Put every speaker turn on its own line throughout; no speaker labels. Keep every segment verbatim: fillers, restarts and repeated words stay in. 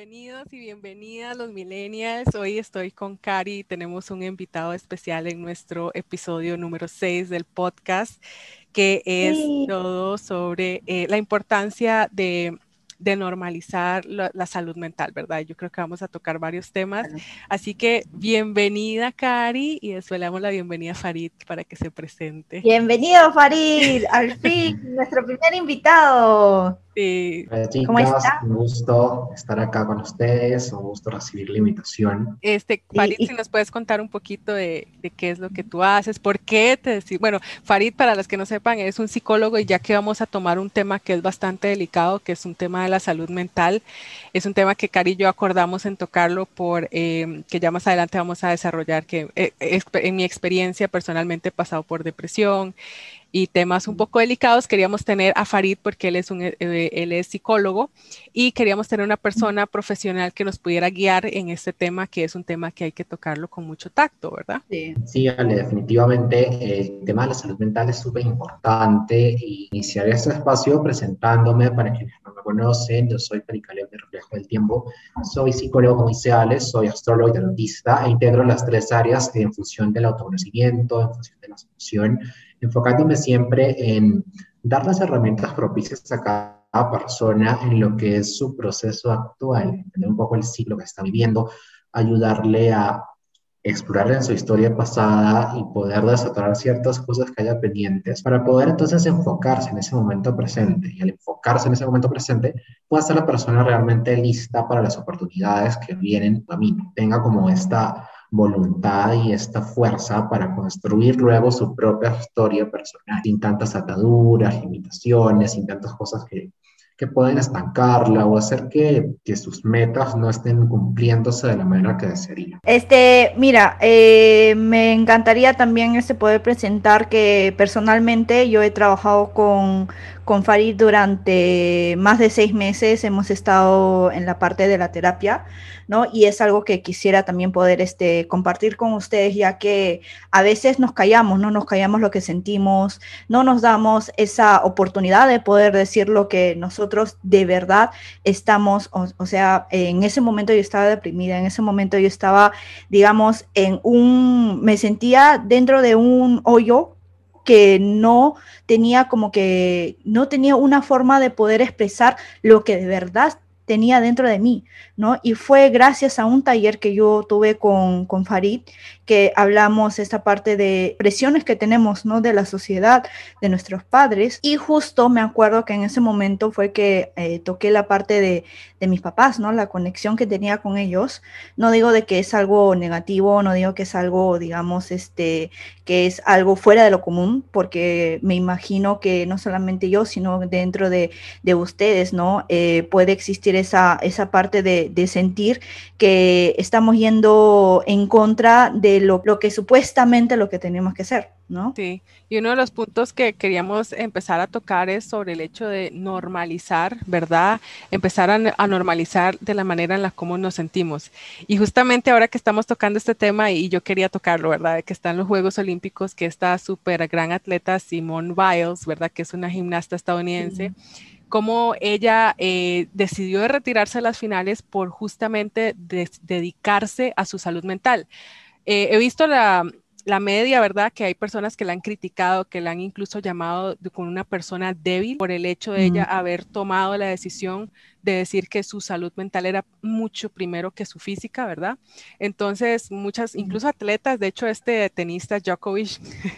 Bienvenidos y bienvenidas los millennials. Hoy estoy con Cari y tenemos un invitado especial en nuestro episodio número seis del podcast, que es
Sí,
todo sobre eh, la importancia de, de normalizar la, la salud mental, ¿verdad? Yo creo que vamos a tocar varios temas.
bueno.
Así que bienvenida, Cari, y después le damos la bienvenida a Farid para que se presente.
Bienvenido, Farid, al fin, nuestro primer invitado.
Sí.
Hola
¿Cómo
chicas,
está?
un gusto estar acá con ustedes, un gusto recibir la invitación.
Este,
Y,
Farid, si
y
nos puedes contar un poquito de, de qué es lo que tú haces, por qué te decís, bueno, Farid, para las que no sepan, es un psicólogo y ya que vamos a tomar un tema que es bastante delicado, que es un tema de la salud mental, es un tema que Cari y yo acordamos en tocarlo por, eh, que ya más adelante vamos a desarrollar, que eh, en mi experiencia personalmente he pasado por depresión, y temas un poco delicados. Queríamos tener a Farid porque él es, un, eh, él es psicólogo y queríamos tener una persona profesional que nos pudiera guiar en este tema, que es un tema que hay que tocarlo con mucho tacto, ¿verdad?
sí.
Sí, Ale, definitivamente el tema de la salud mental es súper importante y iniciaré este espacio presentándome para quienes no me conocen. Yo soy Pericaleo de Reflejo del Tiempo, soy psicólogo, como dice Ale, soy astrólogo y tarotista e integro las tres áreas en función del autoconocimiento, en función de la solución, enfocándome siempre en dar las herramientas propicias a cada persona en lo que es su proceso actual, entender un poco el ciclo que está viviendo, ayudarle a explorar en su historia pasada y poder desatar ciertas cosas que haya pendientes para poder entonces enfocarse en ese momento presente. Y al enfocarse en ese momento presente, pueda ser la persona realmente lista para las oportunidades que vienen en camino. Tenga como esta voluntad y esta fuerza para construir luego su propia historia personal, sin tantas ataduras, limitaciones, sin tantas cosas que que pueden estancarla o hacer que, que sus metas no estén cumpliéndose de la manera que desearía.
Este, mira, eh, me encantaría también este poder presentar que personalmente yo he trabajado con, con Farid durante más de seis meses, hemos estado en la parte de la terapia, ¿no? Y es algo que quisiera también poder este, compartir con ustedes, ya que a veces nos callamos, no nos callamos lo que sentimos, no nos damos esa oportunidad de poder decir lo que nosotros de verdad estamos, o, o sea, en ese momento yo estaba deprimida, en ese momento yo estaba, digamos, en un, me sentía dentro de un hoyo que no tenía como que, no tenía una forma de poder expresar lo que de verdad tenía dentro de mí, ¿no? Y fue gracias a un taller que yo tuve con, con Farid, que hablamos esta parte de presiones que tenemos, ¿no? De la sociedad, de nuestros padres, y justo me acuerdo que en ese momento fue que eh, toqué la parte de, de mis papás, ¿no? La conexión que tenía con ellos. No digo de que es algo negativo, no digo que es algo, digamos, este, que es algo fuera de lo común, porque me imagino que no solamente yo, sino dentro de, de ustedes, ¿no? Eh, puede existir esa, esa parte de, de sentir que estamos yendo en contra de lo, lo que supuestamente lo que tenemos que hacer, ¿no?
Sí, y uno de los puntos que queríamos empezar a tocar es sobre el hecho de normalizar, ¿verdad? Empezar a, a normalizar de la manera en la como nos sentimos. Y justamente ahora que estamos tocando este tema, y yo quería tocarlo, ¿verdad? Que están los Juegos Olímpicos, que esta súper gran atleta Simone Biles, ¿verdad? Que es una gimnasta estadounidense,
Sí.
cómo ella eh, decidió de retirarse de las finales por justamente de, dedicarse a su salud mental. Eh, he visto la, la media, ¿verdad? Que hay personas que la han criticado, que la han incluso llamado de, con una persona débil por el hecho de ella
Mm.
haber tomado la decisión de decir que su salud mental era mucho primero que su física, ¿verdad? Entonces, muchas, incluso atletas, de hecho, este tenista Djokovic,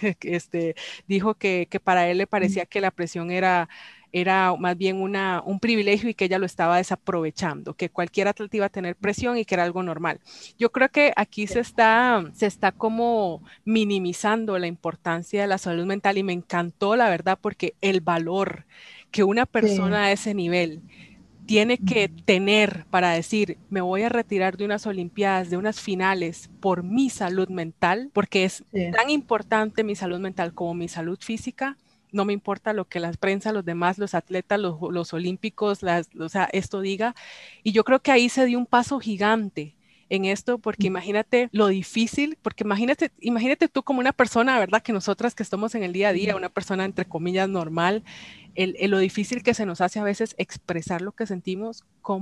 este, dijo que, que para él le parecía que la presión era era más bien una, un privilegio y que ella lo estaba desaprovechando, que cualquier atleta iba a tener presión y que era algo normal. Yo creo que aquí se está, se está como minimizando la importancia de la salud mental y me encantó, la verdad, porque el valor que una
Sí.
persona a ese nivel tiene que tener para decir, me voy a retirar de unas Olimpiadas, de unas finales por mi salud mental, porque es
Sí.
tan importante mi salud mental como mi salud física. No me importa lo que la prensa, los demás, los atletas, los, los olímpicos, las, o sea, esto diga. Y yo creo que ahí se dio un paso gigante en esto, porque imagínate lo difícil, porque imagínate, imagínate tú como una persona, ¿verdad? Que nosotras que estamos en el día a día, una persona entre comillas normal, el, el, lo difícil que se nos hace a veces expresar lo que sentimos, cómo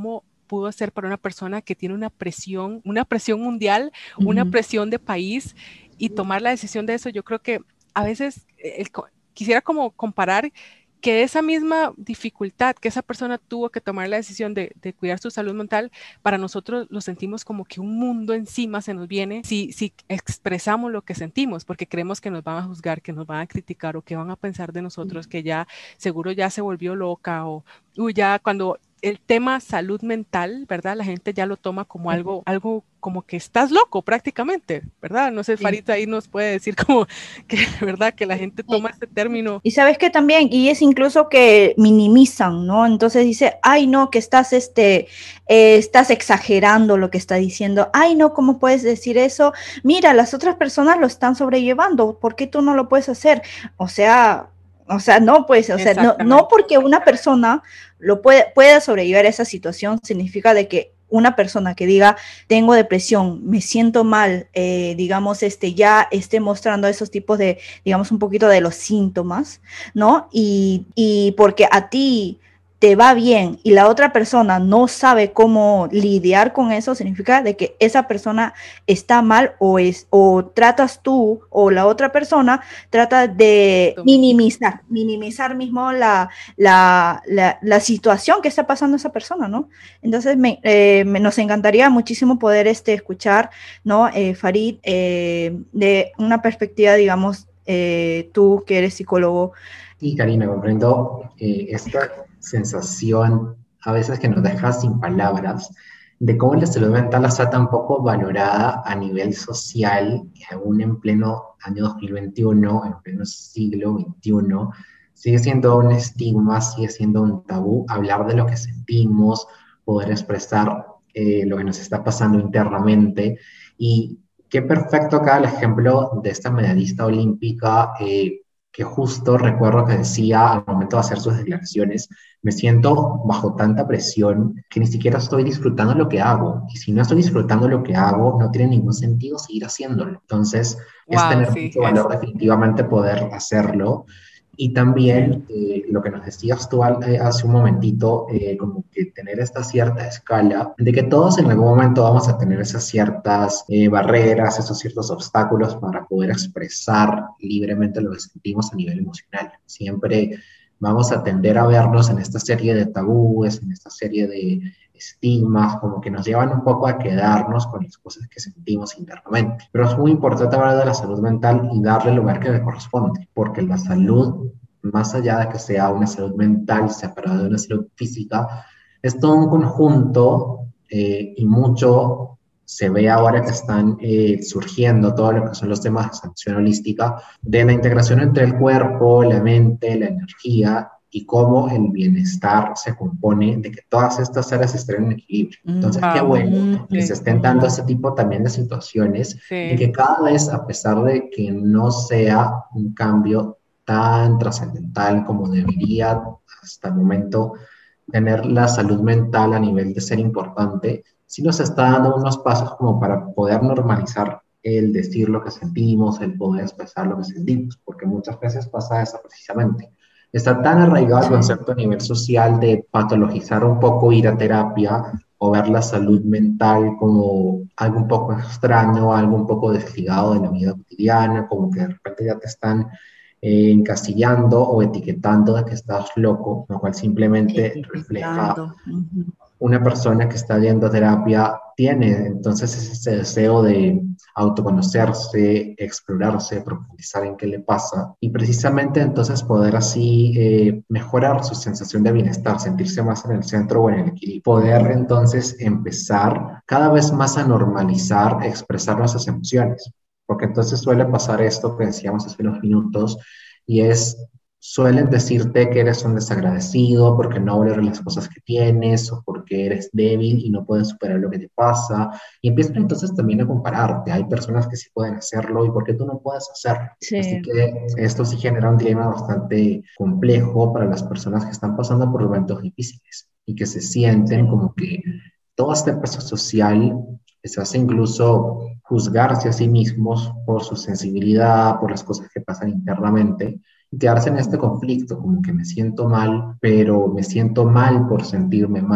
pudo hacer para una persona que tiene una presión, una presión mundial, uh-huh. una presión de país, y tomar la decisión de eso. Yo creo que a veces el, quisiera como comparar que esa misma dificultad que esa persona tuvo que tomar la decisión de, de cuidar su salud mental, para nosotros lo sentimos como que un mundo encima se nos viene si, si expresamos lo que sentimos, porque creemos que nos van a juzgar, que nos van a criticar, o que van a pensar de nosotros, que ya seguro ya se volvió loca, o uy, ya cuando el tema salud mental, ¿verdad? La gente ya lo toma como algo, algo como que estás loco prácticamente, ¿verdad? No sé, Farid ahí nos puede decir como que, ¿verdad? Que la gente toma este término.
Y sabes que también, y es incluso que minimizan, ¿no? Entonces dice, ay, no, que estás, este, eh, estás exagerando lo que está diciendo. Ay, no, ¿cómo puedes decir eso? Mira, las otras personas lo están sobrellevando, ¿por qué tú no lo puedes hacer? O sea... O sea, no, pues, o sea, no, no porque una persona lo puede, pueda sobrellevar esa situación, significa de que una persona que diga, tengo depresión, me siento mal, eh, digamos, este, ya esté mostrando esos tipos de, digamos, un poquito de los síntomas, ¿no? Y, y porque a ti te va bien y la otra persona no sabe cómo lidiar con eso, significa de que esa persona está mal, o es, o tratas tú o la otra persona trata de minimizar, minimizar mismo la, la, la, la situación que está pasando esa persona, ¿no? Entonces me, eh, me, nos encantaría muchísimo poder este, escuchar, ¿no? Eh, Farid, eh, de una perspectiva, digamos, eh, tú que eres psicólogo.
Sí, Karina, comprendo eh, esta sensación a veces que nos deja sin palabras de cómo la salud mental está tan poco valorada a nivel social, aún en pleno año dos mil veintiuno, en pleno siglo veintiuno, sigue siendo un estigma, sigue siendo un tabú hablar de lo que sentimos, poder expresar eh, lo que nos está pasando internamente. Y qué perfecto acá el ejemplo de esta medallista olímpica, eh, que justo recuerdo que decía al momento de hacer sus declaraciones, me siento bajo tanta presión que ni siquiera estoy disfrutando lo que hago. Y si no estoy disfrutando lo que hago, no tiene ningún sentido seguir haciéndolo. Entonces, wow, es tener sí, mucho valor es. definitivamente poder hacerlo. Y también eh, lo que nos decías tú eh, hace un momentito, eh, como que tener esta cierta escala, de que todos en algún momento vamos a tener esas ciertas eh, barreras, esos ciertos obstáculos para poder expresar libremente lo que sentimos a nivel emocional. Siempre vamos a tender a vernos en esta serie de tabúes, en esta serie de estigmas, como que nos llevan un poco a quedarnos con las cosas que sentimos internamente. Pero es muy importante hablar de la salud mental y darle el lugar que le corresponde, porque la salud, más allá de que sea una salud mental separada de una salud física, es todo un conjunto eh, y mucho se ve ahora que están eh, surgiendo todo lo que son los temas de sanación holística, de la integración entre el cuerpo, la mente, la energía, y cómo el bienestar se compone de que todas estas áreas estén en equilibrio. Entonces, wow, qué bueno que sí. se estén dando ese tipo también de situaciones, sí. y que cada vez, a pesar de que no sea un cambio tan trascendental como debería hasta el momento tener la salud mental a nivel de ser importante, sí nos está dando unos pasos como para poder normalizar el decir lo que sentimos, el poder expresar lo que sentimos, porque muchas veces pasa eso precisamente. Está tan arraigado el concepto a nivel social de patologizar un poco, ir a terapia, o ver la salud mental como algo un poco extraño, algo un poco desligado de la vida cotidiana, como que de repente ya te están eh, encasillando o etiquetando de que estás loco, lo cual simplemente refleja uh-huh. una persona que está yendo a terapia tiene entonces ese deseo de autoconocerse, explorarse, profundizar en qué le pasa y precisamente entonces poder así eh, mejorar su sensación de bienestar, sentirse más en el centro o en el equilibrio. Poder entonces empezar cada vez más a normalizar, expresar nuestras emociones, porque entonces suele pasar esto que decíamos hace unos minutos y es... Suelen decirte que eres un desagradecido porque no valoras las cosas que tienes o porque eres débil y no puedes superar lo que te pasa. Y empiezan entonces también a compararte. Hay personas que sí pueden hacerlo y ¿por qué tú no puedes hacerlo? Sí. Así que esto sí genera un dilema bastante complejo para las personas que están pasando por momentos difíciles y que se sienten como que todo este peso social les hace incluso juzgarse a sí mismos por su sensibilidad, por las cosas que pasan internamente, y quedarse en este conflicto, como que me siento mal, pero me siento mal por sentirme mal.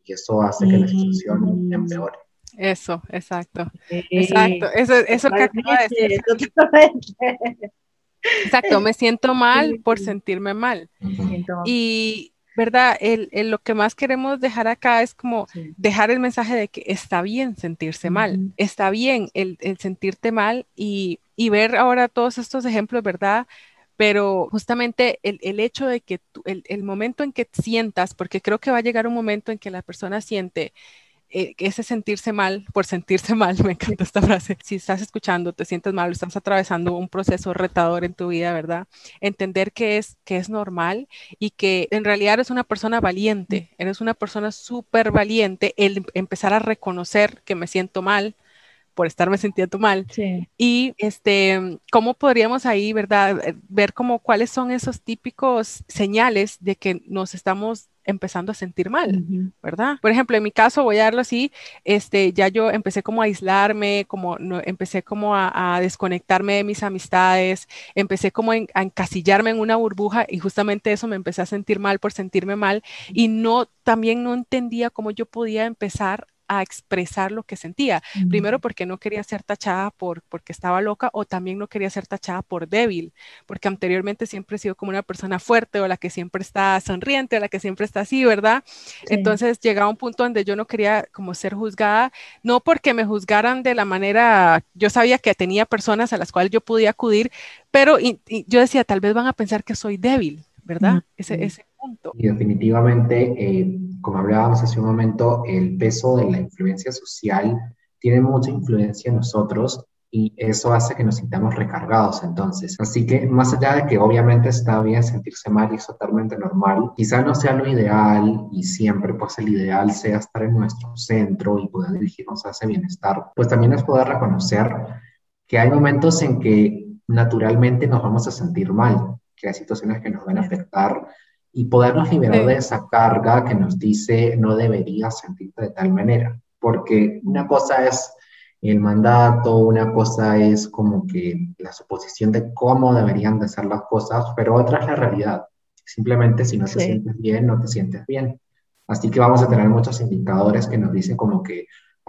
y eso hace que la situación empeore.
Eso, exacto.
Sí,
Exacto. Eso, eso que acaba de decir.
totalmente, totalmente.
Exacto, me siento mal
Sí,
por sentirme mal.
Ujú.
siento,
Y, ¿verdad? El, el- lo que más queremos dejar acá es como
sí.
dejar el mensaje de que está bien sentirse mal,
Ujú.
está bien el, el sentirte mal y, y ver ahora todos estos ejemplos, ¿verdad? Pero justamente el, el hecho de que tú- el, el momento en que sientas, porque creo que va a llegar un momento en que la persona siente eh, ese sentirse mal por sentirse mal, me encanta esta frase. Si estás escuchando, te sientes mal, estás atravesando un proceso retador en tu vida, ¿verdad? Entender que es, que es normal y que en realidad eres una persona valiente, eres una persona súper valiente, el empezar a reconocer que me siento mal por estarme sintiendo mal.
Sí.
Y este, ¿cómo podríamos ahí, verdad, eh, ver como cuáles son esos típicos señales de que nos estamos empezando a sentir mal,
Ujú.
¿verdad? Por ejemplo, en mi caso, voy a darlo así, este, ya yo empecé como a aislarme, como no, empecé como a, a desconectarme de mis amistades, empecé como en- a encasillarme en una burbuja y justamente eso me empecé a sentir mal por sentirme mal y no, también no entendía cómo yo podía empezar a expresar lo que sentía. Primero porque no quería ser tachada por porque estaba loca o también no quería ser tachada por débil, porque anteriormente siempre he sido como una persona fuerte o la que siempre está sonriente o la que siempre está así, ¿verdad?
Sí.
Entonces llegaba un punto donde yo no quería como ser juzgada, no porque me juzgaran de la manera, yo sabía que tenía personas a las cuales yo podía acudir, pero y, y yo decía, tal vez van a pensar que soy débil, ¿verdad? Ese,
Ujú.
ese punto.
Y definitivamente, eh, como hablábamos hace un momento, el peso de la influencia social tiene mucha influencia en nosotros y eso hace que nos sintamos recargados entonces. Así que más allá de que obviamente está bien sentirse mal y es totalmente normal, quizá no sea lo ideal y siempre pues el ideal sea estar en nuestro centro y poder dirigirnos a ese bienestar, pues también es poder reconocer que hay momentos en que naturalmente nos vamos a sentir mal, que hay situaciones que nos van a afectar y podernos liberar de
Sí,
esa carga que nos dice no deberías sentirte de tal manera. Porque una cosa es el mandato, una cosa es como que la suposición de cómo deberían de ser las cosas, pero otra es la realidad. Simplemente si no te
Sí.
sientes bien, no te sientes bien. Así que vamos a tener muchos indicadores que nos dicen como que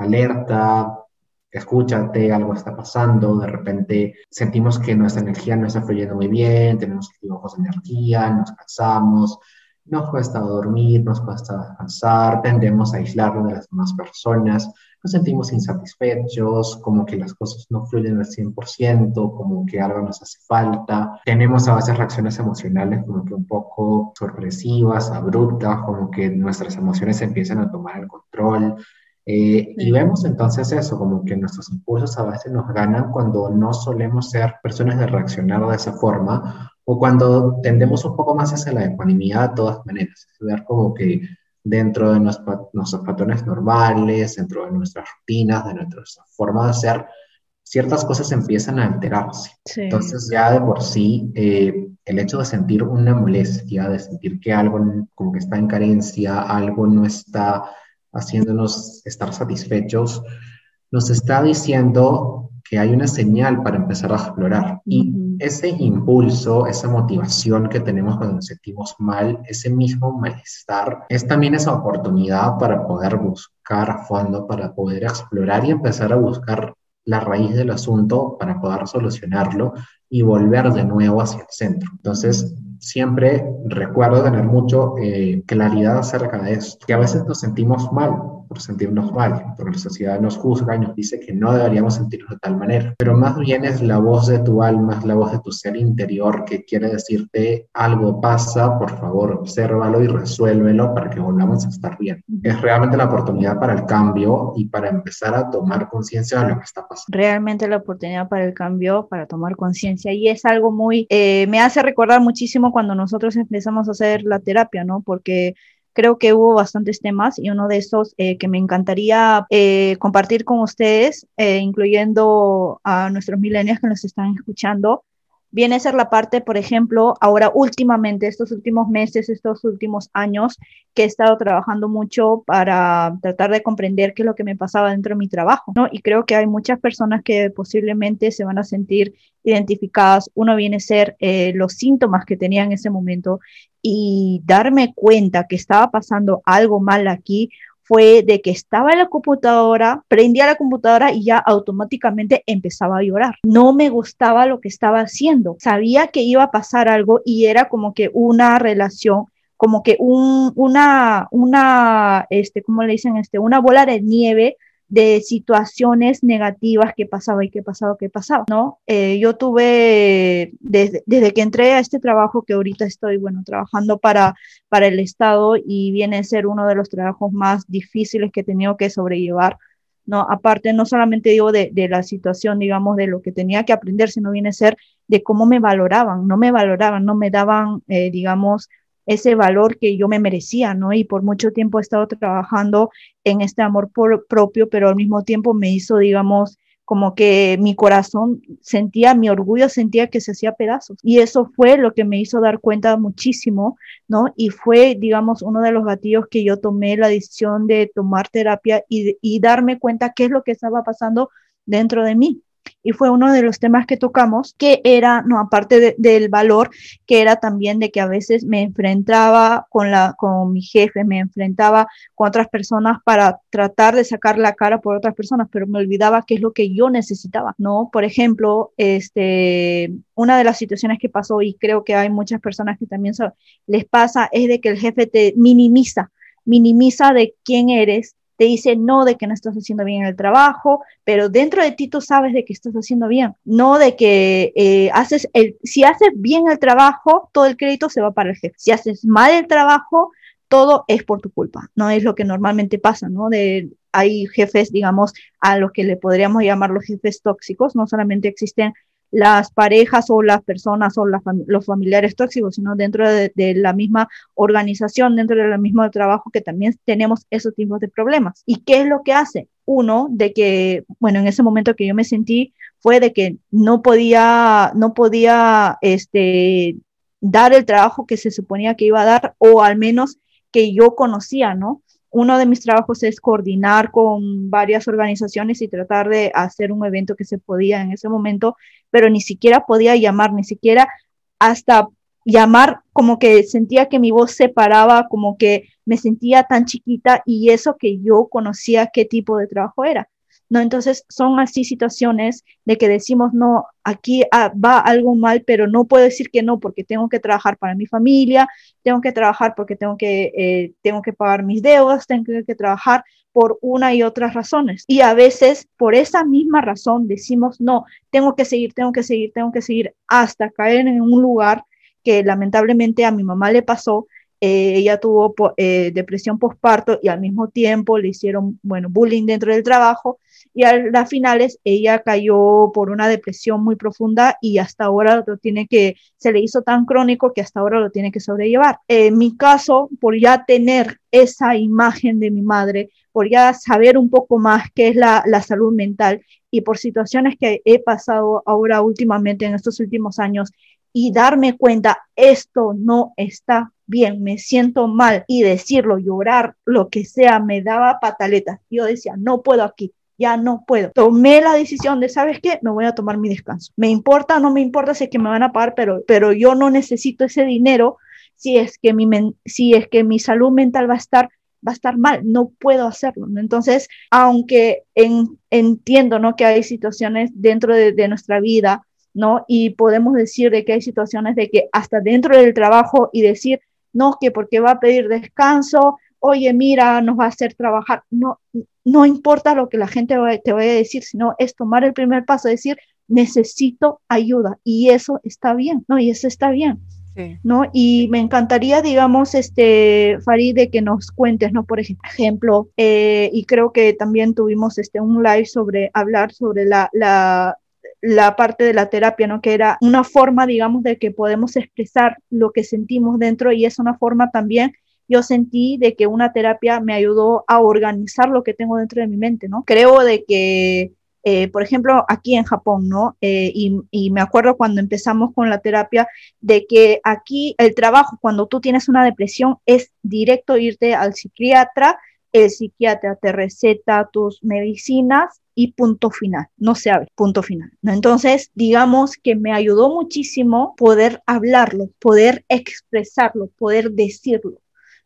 alerta, escúchate, algo está pasando, de repente sentimos que nuestra energía no está fluyendo muy bien, tenemos ojos de energía, nos cansamos, nos cuesta dormir, nos cuesta descansar, tendemos a aislarnos de las demás personas, nos sentimos insatisfechos, como que las cosas no fluyen al cien por ciento, como que algo nos hace falta, tenemos a veces reacciones emocionales como que un poco sorpresivas, abruptas, como que nuestras emociones empiezan a tomar el control. Eh, y
Sí.
vemos entonces eso, como que nuestros impulsos a veces nos ganan cuando no solemos ser personas de reaccionar de esa forma o cuando tendemos un poco más hacia la ecuanimidad de todas maneras. Es ver como que dentro de nuestros, nuestros patrones normales, dentro de nuestras rutinas, de nuestra forma de ser, ciertas cosas empiezan a alterarse.
Sí.
Entonces ya de por sí, eh, el hecho de sentir una molestia, de sentir que algo como que está en carencia, algo no está haciéndonos estar satisfechos, nos está diciendo que hay una señal para empezar a explorar. Y
Ujú.
ese impulso, esa motivación que tenemos cuando nos sentimos mal, ese mismo malestar, es también esa oportunidad para poder buscar a fondo, para poder explorar y empezar a buscar la raíz del asunto para poder solucionarlo y volver de nuevo hacia el centro. Entonces, siempre recuerdo tener mucho eh, claridad acerca de esto, que a veces nos sentimos mal por sentirnos mal, porque la sociedad nos juzga y nos dice que no deberíamos sentirnos de tal manera, pero más bien es la voz de tu alma, es la voz de tu ser interior que quiere decirte algo pasa, por favor, obsérvalo y resuélvelo para que volvamos a estar bien. Es realmente la oportunidad para el cambio y para empezar a tomar conciencia de lo que está pasando.
Realmente la oportunidad para el cambio, para tomar conciencia. Y es algo muy, eh, me hace recordar muchísimo cuando nosotros empezamos a hacer la terapia, ¿no? Porque creo que hubo bastantes temas y uno de esos eh, que me encantaría eh, compartir con ustedes, eh, incluyendo a nuestros millennials que nos están escuchando, viene a ser la parte, por ejemplo, ahora últimamente, estos últimos meses, estos últimos años, que he estado trabajando mucho para tratar de comprender qué es lo que me pasaba dentro de mi trabajo, ¿no? Y creo que hay muchas personas que posiblemente se van a sentir identificadas. Uno viene a ser eh, los síntomas que tenía en ese momento y darme cuenta que estaba pasando algo mal aquí fue de que estaba en la computadora, prendía la computadora y ya automáticamente empezaba a llorar. No me gustaba lo que estaba haciendo. Sabía que iba a pasar algo y era como que una relación, como que un, una, una, este, ¿cómo le dicen? Este, una bola de nieve de situaciones negativas que pasaba y que pasaba, que pasaba, ¿no? Eh, yo tuve, desde, desde que entré a este trabajo que ahorita estoy, bueno, trabajando para, para el Estado y viene a ser uno de los trabajos más difíciles que he tenido que sobrellevar, ¿no? Aparte, no solamente digo de, de la situación, digamos, de lo que tenía que aprender, sino viene a ser de cómo me valoraban, no me valoraban, no me daban, eh, digamos, ese valor que yo me merecía, ¿no? Y por mucho tiempo he estado trabajando en este amor por, propio, pero al mismo tiempo me hizo, digamos, como que mi corazón sentía, mi orgullo sentía que se hacía pedazos. Y eso fue lo que me hizo dar cuenta muchísimo, ¿no? Y fue, digamos, uno de los gatillos que yo tomé la decisión de tomar terapia y, y darme cuenta qué es lo que estaba pasando dentro de mí. Y fue uno de los temas que tocamos, que era, no, aparte de, del valor, que era también de que a veces me enfrentaba con, la, con mi jefe, me enfrentaba con otras personas para tratar de sacar la cara por otras personas, pero me olvidaba qué es lo que yo necesitaba, ¿no? Por ejemplo, este, una de las situaciones que pasó, y creo que hay muchas personas que también so, les pasa, es de que el jefe te minimiza, minimiza de quién eres, te dice no de que no estás haciendo bien el trabajo, pero dentro de ti tú sabes de que estás haciendo bien, no de que eh, haces el, si haces bien el trabajo, todo el crédito se va para el jefe. Si haces mal el trabajo, todo es por tu culpa, no es lo que normalmente pasa, ¿no? De, hay jefes, digamos, a los que le podríamos llamar los jefes tóxicos, no solamente existen las parejas o las personas o las fam los familiares tóxicos, sino dentro de, de la misma organización, dentro del mismo trabajo, que también tenemos esos tipos de problemas. ¿Y qué es lo que hace? Uno, de que, bueno, en ese momento que yo me sentí, fue de que no podía, no podía, este, dar el trabajo que se suponía que iba a dar, o al menos que yo conocía, ¿no? Uno de mis trabajos es coordinar con varias organizaciones y tratar de hacer un evento que se podía en ese momento, pero ni siquiera podía llamar, ni siquiera hasta llamar, como que sentía que mi voz se paraba, como que me sentía tan chiquita, y eso que yo conocía qué tipo de trabajo era, ¿no? Entonces son así situaciones de que decimos, no, aquí ah, va algo mal, pero no puedo decir que no, porque tengo que trabajar para mi familia, tengo que trabajar porque tengo que, eh, tengo que pagar mis deudas, tengo que trabajar por una y otras razones. Y a veces por esa misma razón decimos, no, tengo que seguir, tengo que seguir, tengo que seguir, hasta caer en un lugar que lamentablemente a mi mamá le pasó. Eh, ella tuvo eh, depresión postparto y al mismo tiempo le hicieron, bueno, bullying dentro del trabajo, y a las finales ella cayó por una depresión muy profunda y hasta ahora lo tiene que, se le hizo tan crónico que hasta ahora lo tiene que sobrellevar. En mi caso, por ya tener esa imagen de mi madre, por ya saber un poco más qué es la, la salud mental, y por situaciones que he pasado ahora últimamente en estos últimos años, y darme cuenta, esto no está bien, me siento mal, y decirlo, llorar, lo que sea, me daba pataletas. Yo decía, no puedo aquí, ya no puedo. Tomé la decisión de, ¿sabes qué? Me voy a tomar mi descanso. Me importa, no me importa si es que me van a pagar, pero, pero yo no necesito ese dinero si es que mi, men, si es que mi salud mental va a estar va a estar mal, no puedo hacerlo, ¿no? Entonces, aunque en, entiendo, ¿no?, que hay situaciones dentro de, de nuestra vida, ¿no? Y podemos decir de que hay situaciones de que hasta dentro del trabajo, y decir, no, que porque va a pedir descanso, oye, mira, nos va a hacer trabajar, no, no importa lo que la gente te vaya a decir, sino es tomar el primer paso, decir, necesito ayuda, y eso está bien, ¿no? Y eso está bien. Sí. ¿No? Y me encantaría, digamos, este, Farid, de que nos cuentes, ¿no? Por ejemplo, eh, y creo que también tuvimos este, un live sobre hablar sobre la, la, la parte de la terapia, ¿no? Que era una forma, digamos, de que podemos expresar lo que sentimos dentro, y es una forma también, yo sentí de que una terapia me ayudó a organizar lo que tengo dentro de mi mente, ¿no? Creo de que Eh, por ejemplo, aquí en Japón, ¿no? Eh, y, y me acuerdo cuando empezamos con la terapia, de que aquí el trabajo, cuando tú tienes una depresión, es directo irte al psiquiatra, el psiquiatra te receta tus medicinas y punto final, no se abre, punto final, ¿no? Entonces, digamos que me ayudó muchísimo poder hablarlo, poder expresarlo, poder decirlo,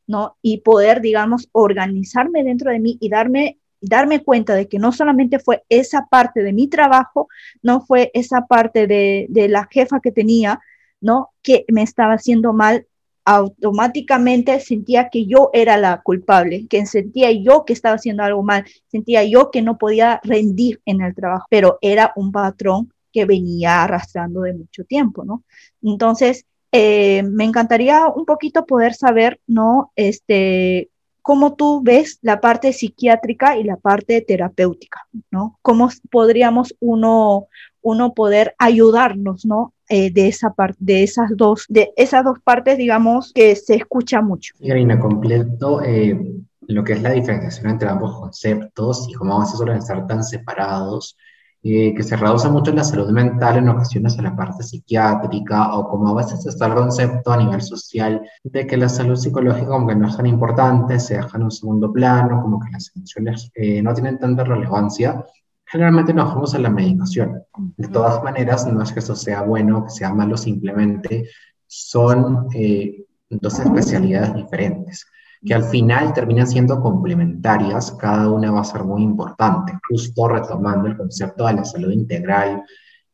¿no? Y poder, digamos, organizarme dentro de mí y darme, darme cuenta de que no solamente fue esa parte de mi trabajo, no fue esa parte de, de la jefa que tenía, ¿no? Que me estaba haciendo mal, automáticamente sentía que yo era la culpable, que sentía yo que estaba haciendo algo mal, sentía yo que no podía rendir en el trabajo, pero era un patrón que venía arrastrando de mucho tiempo, ¿no? Entonces, eh, me encantaría un poquito poder saber, ¿no? Este, cómo tú ves la parte psiquiátrica y la parte terapéutica, ¿no? ¿Cómo podríamos uno, uno poder ayudarnos, ¿no? Eh, de esa parte, de esas dos, de esas dos partes, digamos, que se escucha mucho.
Y Karina, completo eh, lo que es la diferenciación entre ambos conceptos y cómo a veces suelen estar tan separados, eh, que se reduce mucho en la salud mental en ocasiones a la parte psiquiátrica, o como a veces está el concepto a nivel social de que la salud psicológica como que no es tan importante, se deja en un segundo plano, como que las emociones eh, no tienen tanta relevancia. Generalmente nos vamos a la medicación. De todas maneras, no es que eso sea bueno, que sea malo, simplemente son eh, dos especialidades diferentes, que al final terminan siendo complementarias, cada una va a ser muy importante, justo retomando el concepto de la salud integral,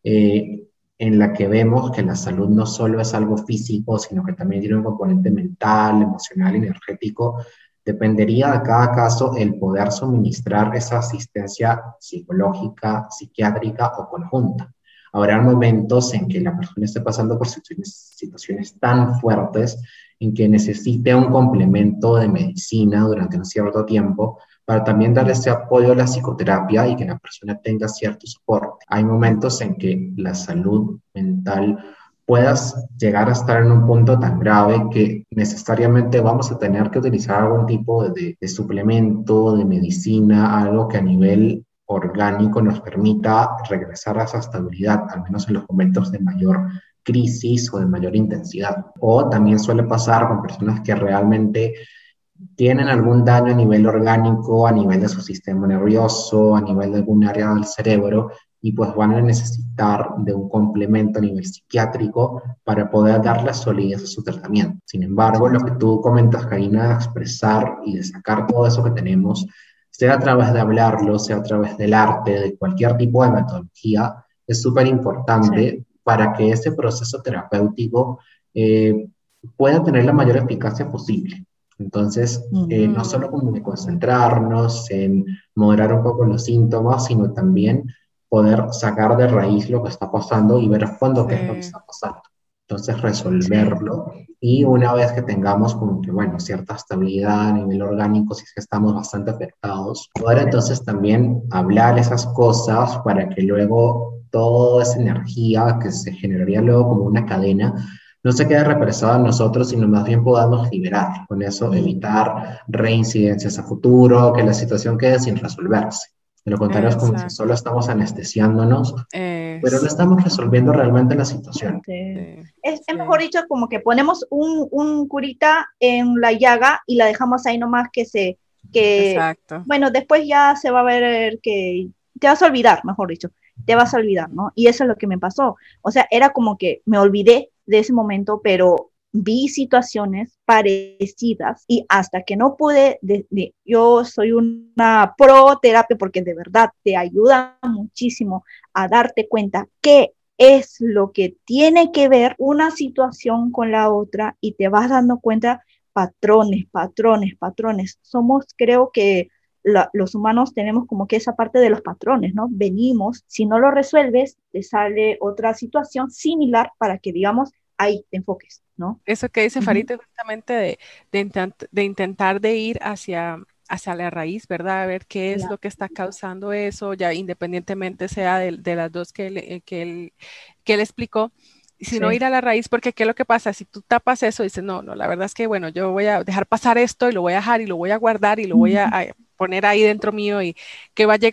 eh, en la que vemos que la salud no solo es algo físico, sino que también tiene un componente mental, emocional, energético. Dependería de cada caso el poder suministrar esa asistencia psicológica, psiquiátrica o conjunta. Habrá momentos en que la persona esté pasando por situaciones, situaciones tan fuertes en que necesite un complemento de medicina durante un cierto tiempo para también darle ese apoyo a la psicoterapia y que la persona tenga cierto soporte. Hay momentos en que la salud mental puedas llegar a estar en un punto tan grave que necesariamente vamos a tener que utilizar algún tipo de, de suplemento, de medicina, algo que a nivel orgánico nos permita regresar a esa estabilidad, al menos en los momentos de mayor crisis o de mayor intensidad. O también suele pasar con personas que realmente tienen algún daño a nivel orgánico, a nivel de su sistema nervioso, a nivel de algún área del cerebro, y pues van a necesitar de un complemento a nivel psiquiátrico para poder darle solidez a su tratamiento. Sin embargo, lo que tú comentas, Karina, de expresar y de sacar todo eso que tenemos, sea a través de hablarlo, sea a través del arte, de cualquier tipo de metodología, es súper importante sí. para que ese proceso terapéutico eh, pueda tener la mayor eficacia posible. Entonces, uh-huh. eh, no solo como de concentrarnos en moderar un poco los síntomas, sino también poder sacar de raíz lo que está pasando y ver a fondo sí. qué es lo que está pasando. Entonces, resolverlo sí. y una vez que tengamos como que, bueno, cierta estabilidad a nivel orgánico, si es que estamos bastante afectados, poder entonces también hablar esas cosas para que luego toda esa energía que se generaría luego como una cadena no se quede represada en nosotros, sino más bien podamos liberar. Con eso evitar reincidencias a futuro, que la situación quede sin resolverse. De lo contrario, Exacto. es como si solo estamos anestesiándonos, es... pero no estamos resolviendo realmente la situación.
Sí. Sí. Es, es mejor dicho, como que ponemos un, un curita en la llaga y la dejamos ahí nomás que se... Que, Exacto. Bueno, después ya se va a ver que... Te vas a olvidar, mejor dicho. Te vas a olvidar, ¿no? Y eso es lo que me pasó. O sea, era como que me olvidé de ese momento, pero vi situaciones parecidas y hasta que no pude, de, de, yo soy una pro terapia porque de verdad te ayuda muchísimo a darte cuenta qué es lo que tiene que ver una situación con la otra y te vas dando cuenta patrones, patrones, patrones. Somos, creo que la, los humanos tenemos como que esa parte de los patrones, ¿no? Venimos, si no lo resuelves, te sale otra situación similar para que, digamos, ahí te enfoques, ¿no?
Eso que dice Farita uh-huh. justamente de, de, intent, de intentar de ir hacia, hacia la raíz, ¿verdad? A ver qué es claro. lo que está causando eso, ya independientemente sea de, de las dos que él, que él, que él explicó, sino sí. ir a la raíz, porque ¿qué es lo que pasa? Si tú tapas eso, dices, no, no, la verdad es que, bueno, yo voy a dejar pasar esto y lo voy a dejar y lo voy a guardar y lo voy a, a poner ahí dentro mío y que va a llegar,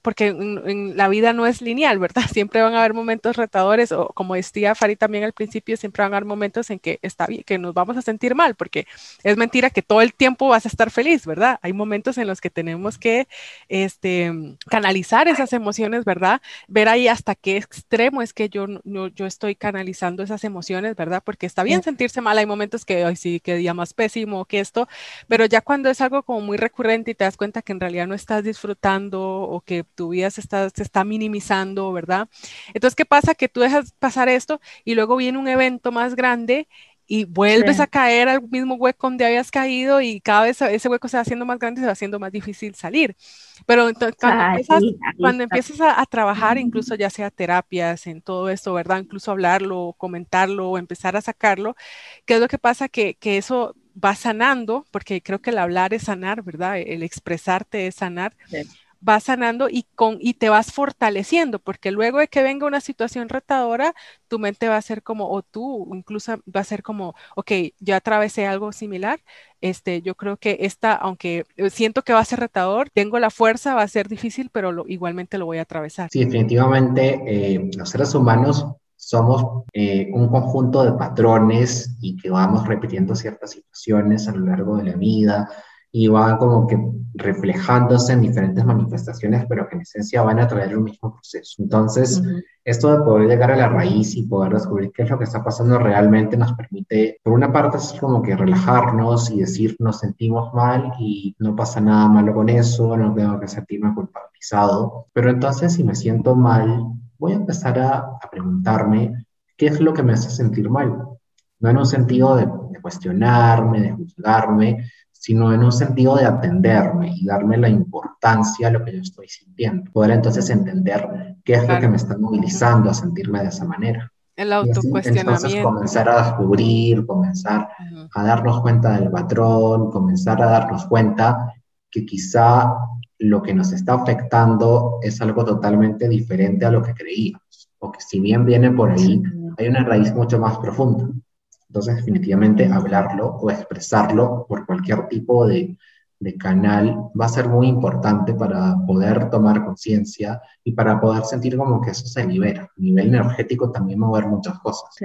porque en, en la vida no es lineal, ¿verdad? Siempre van a haber momentos retadores, o como decía Farid también al principio, siempre van a haber momentos en que está bien, que nos vamos a sentir mal, porque es mentira que todo el tiempo vas a estar feliz, ¿verdad? Hay momentos en los que tenemos que este, canalizar esas emociones, ¿verdad? Ver ahí hasta qué extremo es que yo, no, yo estoy canalizando esas emociones, ¿verdad? Porque está bien sentirse mal, hay momentos que, ay, sí, qué día más pésimo, que esto, pero ya cuando es algo como muy recurrente y te das cuenta que en realidad no estás disfrutando o que tu vida se está, se está minimizando, ¿verdad? Entonces, ¿qué pasa? Que tú dejas pasar esto y luego viene un evento más grande y vuelves
Sí.
a caer al mismo hueco donde habías caído y cada vez ese hueco se va haciendo más grande y se va haciendo más difícil salir. Pero entonces, cuando
Ah,
empiezas,
sí, ahí
cuando
está.
empiezas a, a trabajar, incluso ya sea terapias, en todo esto, ¿verdad? Incluso hablarlo, comentarlo o empezar a sacarlo, ¿qué es lo que pasa? Que, que eso va sanando, porque creo que el hablar es sanar, ¿verdad? El expresarte es sanar,
Sí.
vas sanando y, con, y te vas fortaleciendo, porque luego de que venga una situación retadora, tu mente va a ser como, o tú incluso va a ser como, ok, yo atravesé algo similar, este, yo creo que esta, aunque siento que va a ser retador, tengo la fuerza, va a ser difícil, pero lo, igualmente lo voy a atravesar.
Sí, definitivamente eh, los seres humanos somos eh, un conjunto de patrones y que vamos repitiendo ciertas situaciones a lo largo de la vida y van como que reflejándose en diferentes manifestaciones, pero que en esencia van a traer el mismo proceso. Entonces,
Ujú.
esto de poder llegar a la raíz y poder descubrir qué es lo que está pasando realmente nos permite, por una parte, es como que relajarnos y decir, nos sentimos mal y no pasa nada malo con eso, no tengo que sentirme culpabilizado. Pero entonces, si me siento mal, voy a empezar a, a preguntarme qué es lo que me hace sentir mal. No en un sentido de, de cuestionarme, de juzgarme, sino en un sentido de atenderme y darme la importancia a lo que yo estoy sintiendo. Poder entonces entender qué es lo que
Claro,
me está movilizando a sentirme de esa manera.
el
Y así entonces
autocuestionamiento.
comenzar a descubrir, comenzar
Ujú.
a darnos cuenta del patrón, comenzar a darnos cuenta que quizá lo que nos está afectando es algo totalmente diferente a lo que creíamos, o que si bien viene por ahí, hay una raíz mucho más profunda. Entonces, definitivamente hablarlo o expresarlo por cualquier tipo de, de canal va a ser muy importante para poder tomar conciencia y para poder sentir como que eso se libera. A nivel energético también mover muchas cosas.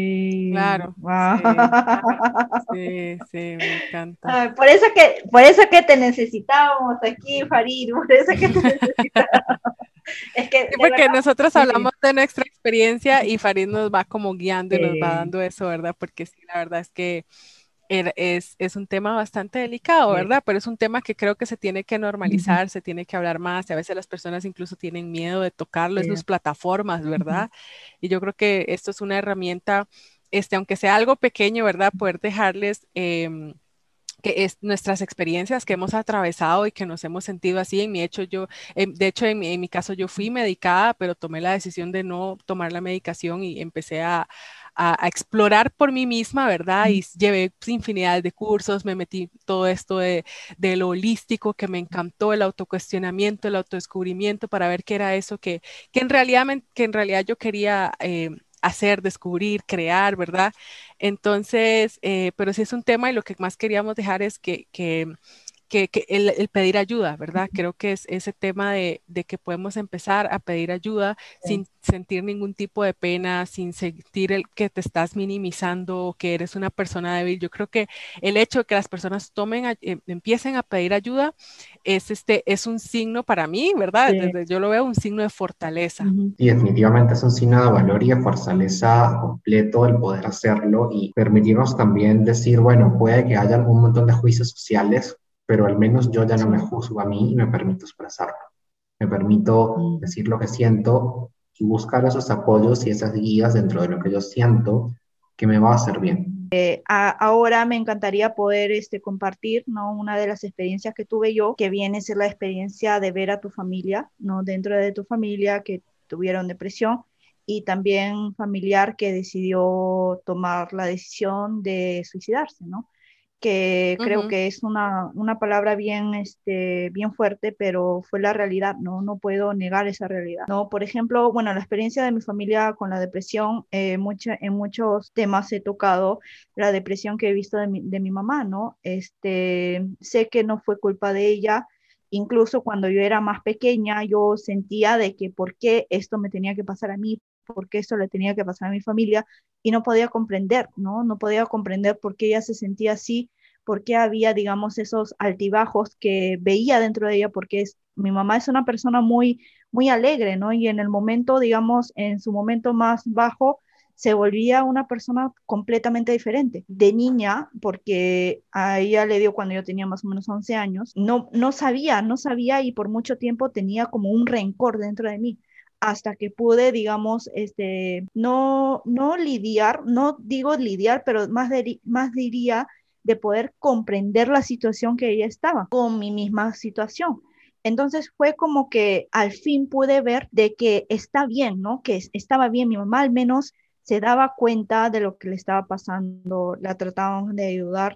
Sí,
Claro,
wow.
sí, sí, sí, me encanta.
Ah, por eso que, por eso que te necesitábamos aquí, Farid, por eso que te necesitábamos. Es que
Sí,
de
porque
verdad,
nosotros
sí,
hablamos de nuestra experiencia y Farid nos va como guiando y nos va
sí,
dando eso, ¿verdad? Porque sí, la verdad es que er- es, es un tema bastante delicado,
sí,
¿verdad? Pero es un tema que creo que se tiene que normalizar, se tiene que hablar más y a veces las personas incluso tienen miedo de tocarlo, es
sí,
sus plataformas, ¿verdad? Y yo creo que esto es una herramienta, este, aunque sea algo pequeño, ¿verdad? Poder dejarles... em, que es nuestras experiencias que hemos atravesado y que nos hemos sentido así. En mi hecho, yo, en- de hecho, en mi, en mi caso, yo fui medicada, pero tomé la decisión de no tomar la medicación y empecé a, a- a explorar por mí misma, ¿verdad? Y llevé pues, infinidad de cursos, me metí todo esto de, de lo holístico que me encantó, el autocuestionamiento, el autodescubrimiento para ver qué era eso que, que en realidad, me- que en realidad yo quería eh, hacer, descubrir, crear, ¿verdad? Entonces, eh, pero sí es un tema y lo que más queríamos dejar es que, que, que, que el, el, pedir ayuda, ¿verdad? Creo que es ese tema de, de, que podemos empezar a pedir ayuda sin sentir ningún tipo de pena, sin sentir el que te estás minimizando, que eres una persona débil. Yo creo que el hecho de que las personas tomen, eh, empiecen a pedir ayuda es, este, es un signo para mí, ¿verdad?
sí.
Desde, yo lo veo un signo de fortaleza.
Ujú.
Y definitivamente es un signo de valor y de fortaleza completo el poder hacerlo y permitirnos también decir, bueno, puede que haya un montón de juicios sociales, pero al menos yo ya no
Sí.
me juzgo a mí y me permito expresarlo. Me permito
Mm.
decir lo que siento y buscar esos apoyos y esas guías dentro de lo que yo siento que me va a hacer bien.
A- ahora me encantaría poder este, compartir, ¿no? Una de las experiencias que tuve yo, que viene a ser la experiencia de ver a tu familia, ¿no? Dentro de tu familia que tuvieron depresión y también familiar que decidió tomar la decisión de suicidarse, ¿no? Que
Uh
creo
-huh.
que es una, una palabra bien, este, bien fuerte, pero fue la realidad, ¿no? No puedo negar esa realidad, ¿no? Por ejemplo, bueno, la experiencia de mi familia con la depresión, eh, mucho, en muchos temas he tocado la depresión que he visto de mi, de mi mamá, ¿no? Este, sé que no fue culpa de ella, Incluso cuando yo era más pequeña, yo sentía de que por qué esto me tenía que pasar a mí, por qué esto le tenía que pasar a mi familia, y no podía comprender, ¿no? No podía comprender por qué ella se sentía así, por qué había, digamos, esos altibajos que veía dentro de ella, porque es, mi mamá es una persona muy, muy alegre, ¿no? Y en el momento, digamos, en su momento más bajo, se volvía una persona completamente diferente. De niña, porque a ella le dio cuando yo tenía más o menos once años, no, no sabía, no sabía y por mucho tiempo tenía como un rencor dentro de mí hasta que pude, digamos, este, no, no lidiar, no digo lidiar, pero más, de, más diría de poder comprender la situación que ella estaba con mi misma situación. Entonces fue como que al fin pude ver de que está bien, ¿no? Que estaba bien, mi mamá al menos se daba cuenta de lo que le estaba pasando, la trataban de ayudar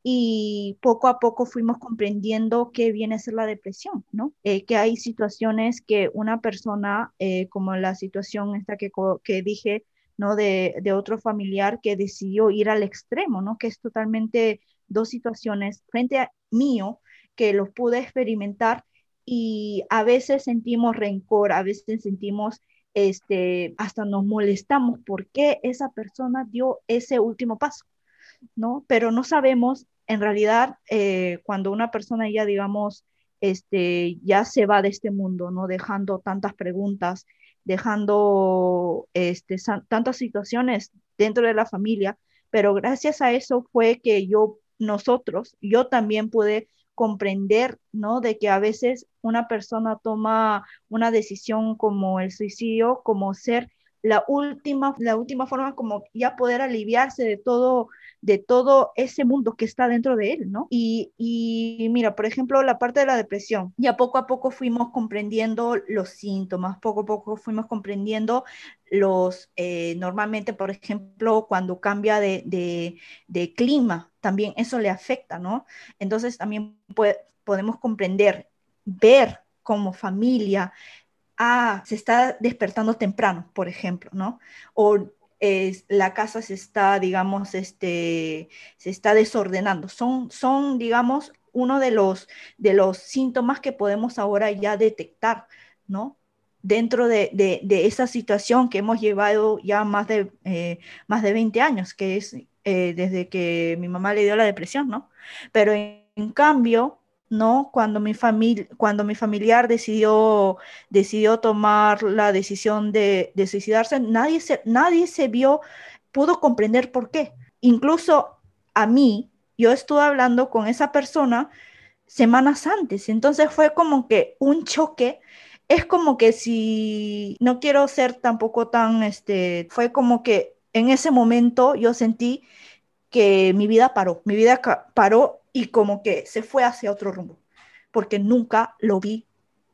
y poco a poco fuimos comprendiendo qué viene a ser la depresión, ¿no? Eh, que hay situaciones que una persona, eh, como la situación esta que, que dije, ¿no? De, de otro familiar que decidió ir al extremo, ¿no? Que es totalmente dos situaciones frente a mío que los pude experimentar y a veces sentimos rencor, a veces sentimos este, hasta nos molestamos por qué esa persona dio ese último paso, ¿no? Pero no sabemos, en realidad, eh, cuando una persona ya, digamos, este, ya se va de este mundo, ¿no? Dejando tantas preguntas, dejando este, tantas situaciones dentro de la familia, pero gracias a eso fue que yo, nosotros, yo también pude comprender, ¿no? De que a veces una persona toma una decisión como el suicidio, como ser la última, la última forma como ya poder aliviarse de todo, de todo ese mundo que está dentro de él, ¿no? Y, y mira, por ejemplo, la parte de la depresión, ya poco a poco fuimos comprendiendo los síntomas, poco a poco fuimos comprendiendo los, eh, normalmente, por ejemplo, cuando cambia de, de, de clima, también eso le afecta, ¿no? Entonces también puede, podemos comprender, ver como familia, ah, se está despertando temprano, por ejemplo, ¿no? O es, la casa se está, digamos, este, se está desordenando. Son, son, digamos, uno de los, de los síntomas que podemos ahora ya detectar, ¿no? Dentro de, de, de esa situación que hemos llevado ya más de, eh, más de veinte años, que es eh, desde que mi mamá le dio la depresión, ¿no? Pero en, en cambio, ¿no? Cuando mi, famili cuando mi familiar decidió, decidió tomar la decisión de, de suicidarse, nadie se, nadie se vio, pudo comprender por qué. Incluso a mí, yo estuve hablando con esa persona semanas antes, entonces fue como que un choque. Es como que si, no quiero ser tampoco tan, este, fue como que en ese momento yo sentí que mi vida paró, mi vida paró y como que se fue hacia otro rumbo, porque nunca lo vi,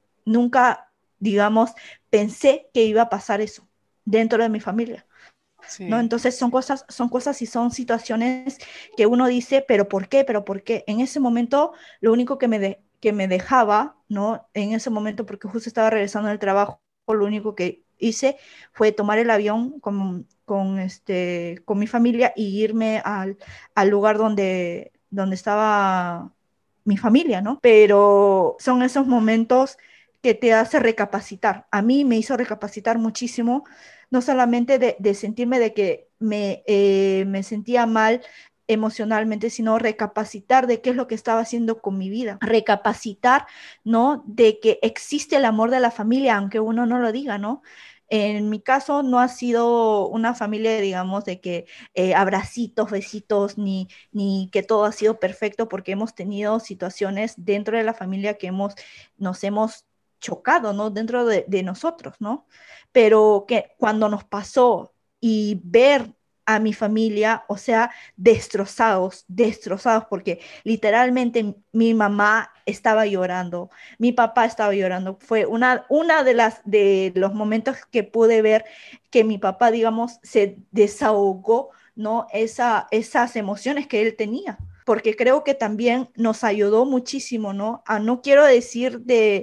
nunca, digamos, pensé que iba a pasar eso dentro de mi familia, ¿no?
Sí.
Entonces son cosas, son cosas y son situaciones que uno dice, pero ¿por qué? ¿Pero por qué? En ese momento, lo único que me, de, que me dejaba, ¿no? En ese momento, porque justo estaba regresando del trabajo, lo único que hice fue tomar el avión con, con, este, con mi familia y irme al, al lugar donde, donde estaba mi familia, ¿no? Pero son esos momentos que te hace recapacitar. A mí me hizo recapacitar muchísimo, no solamente de, de sentirme de que me, eh, me sentía mal emocionalmente, sino recapacitar de qué es lo que estaba haciendo con mi vida, recapacitar, ¿no? De que existe el amor de la familia, aunque uno no lo diga, ¿no? En mi caso no ha sido una familia, digamos, de que eh, abracitos, besitos, ni, ni que todo ha sido perfecto, porque hemos tenido situaciones dentro de la familia que hemos, nos hemos chocado, ¿no? Dentro de, de nosotros, ¿no? Pero que cuando nos pasó y ver a mi familia, o sea, destrozados, destrozados, porque literalmente mi mamá estaba llorando, mi papá estaba llorando. Fue una, una de las de los momentos que pude ver que mi papá, digamos, se desahogó, ¿no? Esa, esas emociones que él tenía, porque creo que también nos ayudó muchísimo, ¿no? A, no quiero decir de,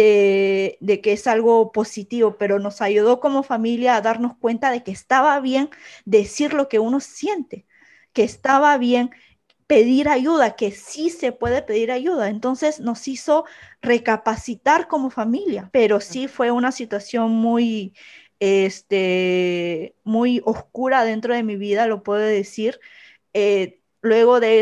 de, de que es algo positivo, pero nos ayudó como familia a darnos cuenta de que estaba bien decir lo que uno siente, que estaba bien pedir ayuda, que sí se puede pedir ayuda. Entonces nos hizo recapacitar como familia, pero sí fue una situación muy, este, muy oscura dentro de mi vida, lo puedo decir. Eh, luego de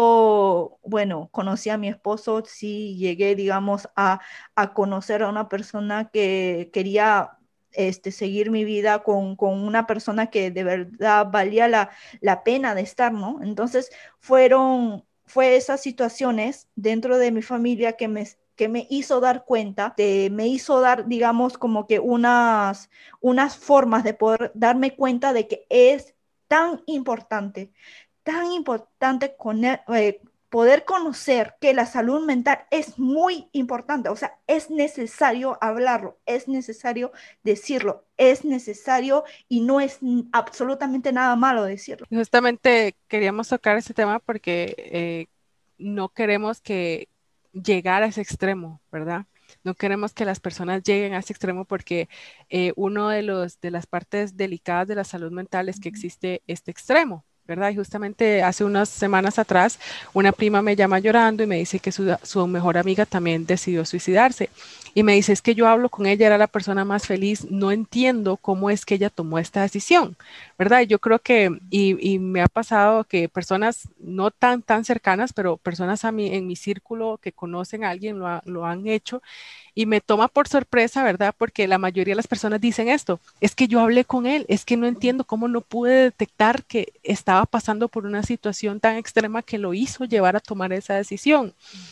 eso, bueno, conocí a mi esposo, sí llegué, digamos, a, a conocer a una persona que quería este, seguir mi vida con, con una persona que de verdad valía la, la pena de estar, ¿no? Entonces fueron, fue esas situaciones dentro de mi familia que me, que me hizo dar cuenta, de, me hizo dar, digamos, como que unas, unas formas de poder darme cuenta de que es tan importante tan importante con, eh, poder conocer que la salud mental es muy importante, o sea, es necesario hablarlo, es necesario decirlo, es necesario y no es absolutamente nada malo decirlo.
Justamente queríamos tocar ese tema porque eh, no queremos que llegar a ese extremo, ¿verdad? No queremos que las personas lleguen a ese extremo porque eh, uno de los de las partes delicadas de la salud mental es que existe este extremo, ¿verdad? Y justamente hace unas semanas atrás una prima me llama llorando y me dice que su, su mejor amiga también decidió suicidarse. Y me dice, es que yo hablo con ella, era la persona más feliz, no entiendo cómo es que ella tomó esta decisión, ¿verdad? Y yo creo que, y, y me ha pasado que personas no tan, tan cercanas, pero personas a mí, en mi círculo que conocen a alguien lo, ha, lo han hecho y me toma por sorpresa, ¿verdad? Porque la mayoría de las personas dicen esto, es que yo hablé con él, es que no entiendo cómo no pude detectar que estaba pasando por una situación tan extrema que lo hizo llevar a tomar esa decisión.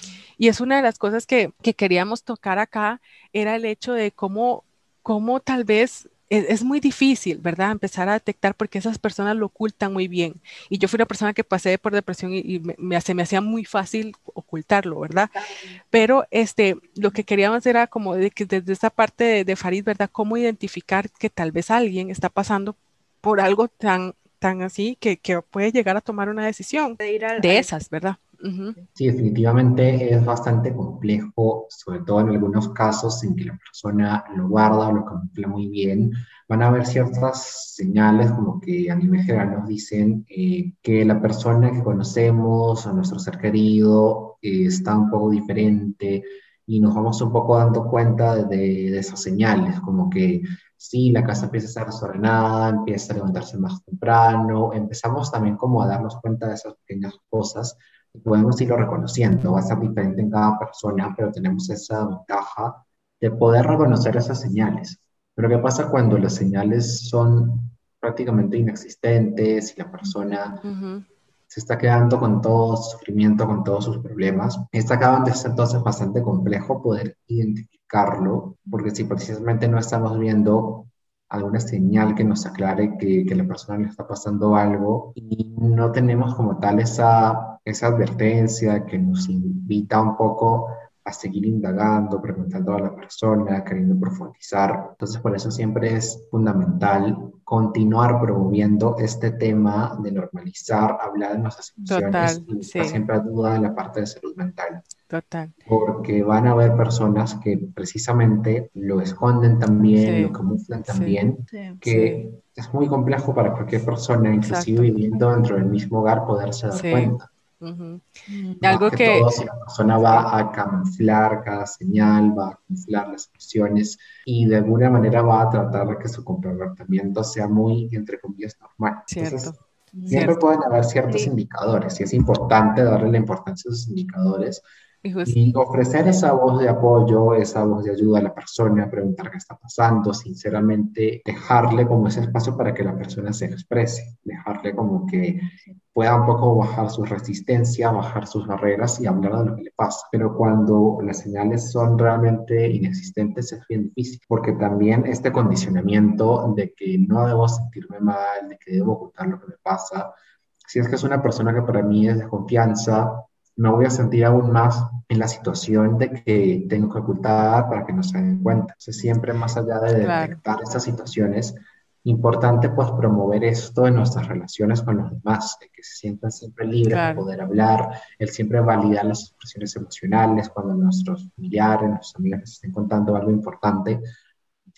Y es una de las cosas que, que queríamos tocar acá, era el hecho de cómo, cómo tal vez es, es muy difícil, ¿verdad? Empezar a detectar porque esas personas lo ocultan muy bien. Y yo fui una persona que pasé por depresión y, y me, me, se me hacía muy fácil ocultarlo, ¿verdad? Pero este, lo que queríamos era como de que desde esa parte de, de Farid, ¿verdad? Cómo identificar que tal vez alguien está pasando por algo tan, tan así que, que puede llegar a tomar una decisión
De ir al,
de
al...
esas, ¿verdad? Uh-huh.
Sí, definitivamente es bastante complejo, sobre todo en algunos casos en que la persona lo guarda o lo camufla muy bien. Van a haber ciertas señales como que a nivel general nos dicen eh, que la persona que conocemos o nuestro ser querido eh, está un poco diferente y nos vamos un poco dando cuenta de, de esas señales, como que sí, la casa empieza a estar desordenada, empieza a levantarse más temprano, empezamos también como a darnos cuenta de esas pequeñas cosas. Podemos irlo reconociendo, va a ser diferente en cada persona, pero tenemos esa ventaja de poder reconocer esas señales. Pero ¿qué pasa cuando las señales son prácticamente inexistentes y la persona
Uh-huh.
se está quedando con todo su sufrimiento, con todos sus problemas? Está acabando de ser entonces bastante complejo poder identificarlo, porque si precisamente no estamos viendo alguna señal que nos aclare que, que la persona le está pasando algo y no tenemos como tal esa, esa advertencia que nos invita un poco a seguir indagando, preguntando a la persona, queriendo profundizar. Entonces, por eso siempre es fundamental continuar promoviendo este tema de normalizar, hablar de nuestras emociones
Total,
y estar
sí,
siempre a duda en la parte de salud mental.
total,
Porque van a haber personas que precisamente lo esconden también, lo
sí,
camuflan
sí,
también,
Sí.
sí,
que es muy complejo para cualquier persona, inclusive
exacto,
viviendo dentro del mismo hogar, poderse dar
sí.
cuenta.
Uh-huh.
Más
Algo
que
que,
todo, si la persona
sí,
va a camuflar cada señal, va a camuflar las emociones y de alguna manera va a tratar de que su comportamiento sea muy, entre comillas, normal. Entonces,
cierto,
siempre
cierto.
pueden haber ciertos
Sí.
indicadores y es importante darle la importancia a esos indicadores
Y just-
y ofrecer esa voz de apoyo, esa voz de ayuda a la persona, preguntar qué está pasando, sinceramente dejarle como ese espacio para que la persona se exprese, dejarle como que pueda un poco bajar su resistencia, bajar sus barreras y hablar de lo que le pasa. Pero cuando las señales son realmente inexistentes es bien difícil, porque también este condicionamiento de que no debo sentirme mal, de que debo ocultar lo que me pasa, si es que es una persona que para mí es de confianza, me voy a sentir aún más en la situación de que tengo que ocultar para que no se den cuenta. Entonces, siempre más allá de
claro,
detectar estas situaciones, importante pues promover esto en nuestras relaciones con los demás, de que se sientan siempre libres de
claro,
poder hablar, el siempre validar las expresiones emocionales cuando nuestros familiares, nuestros amigos nos estén contando algo importante,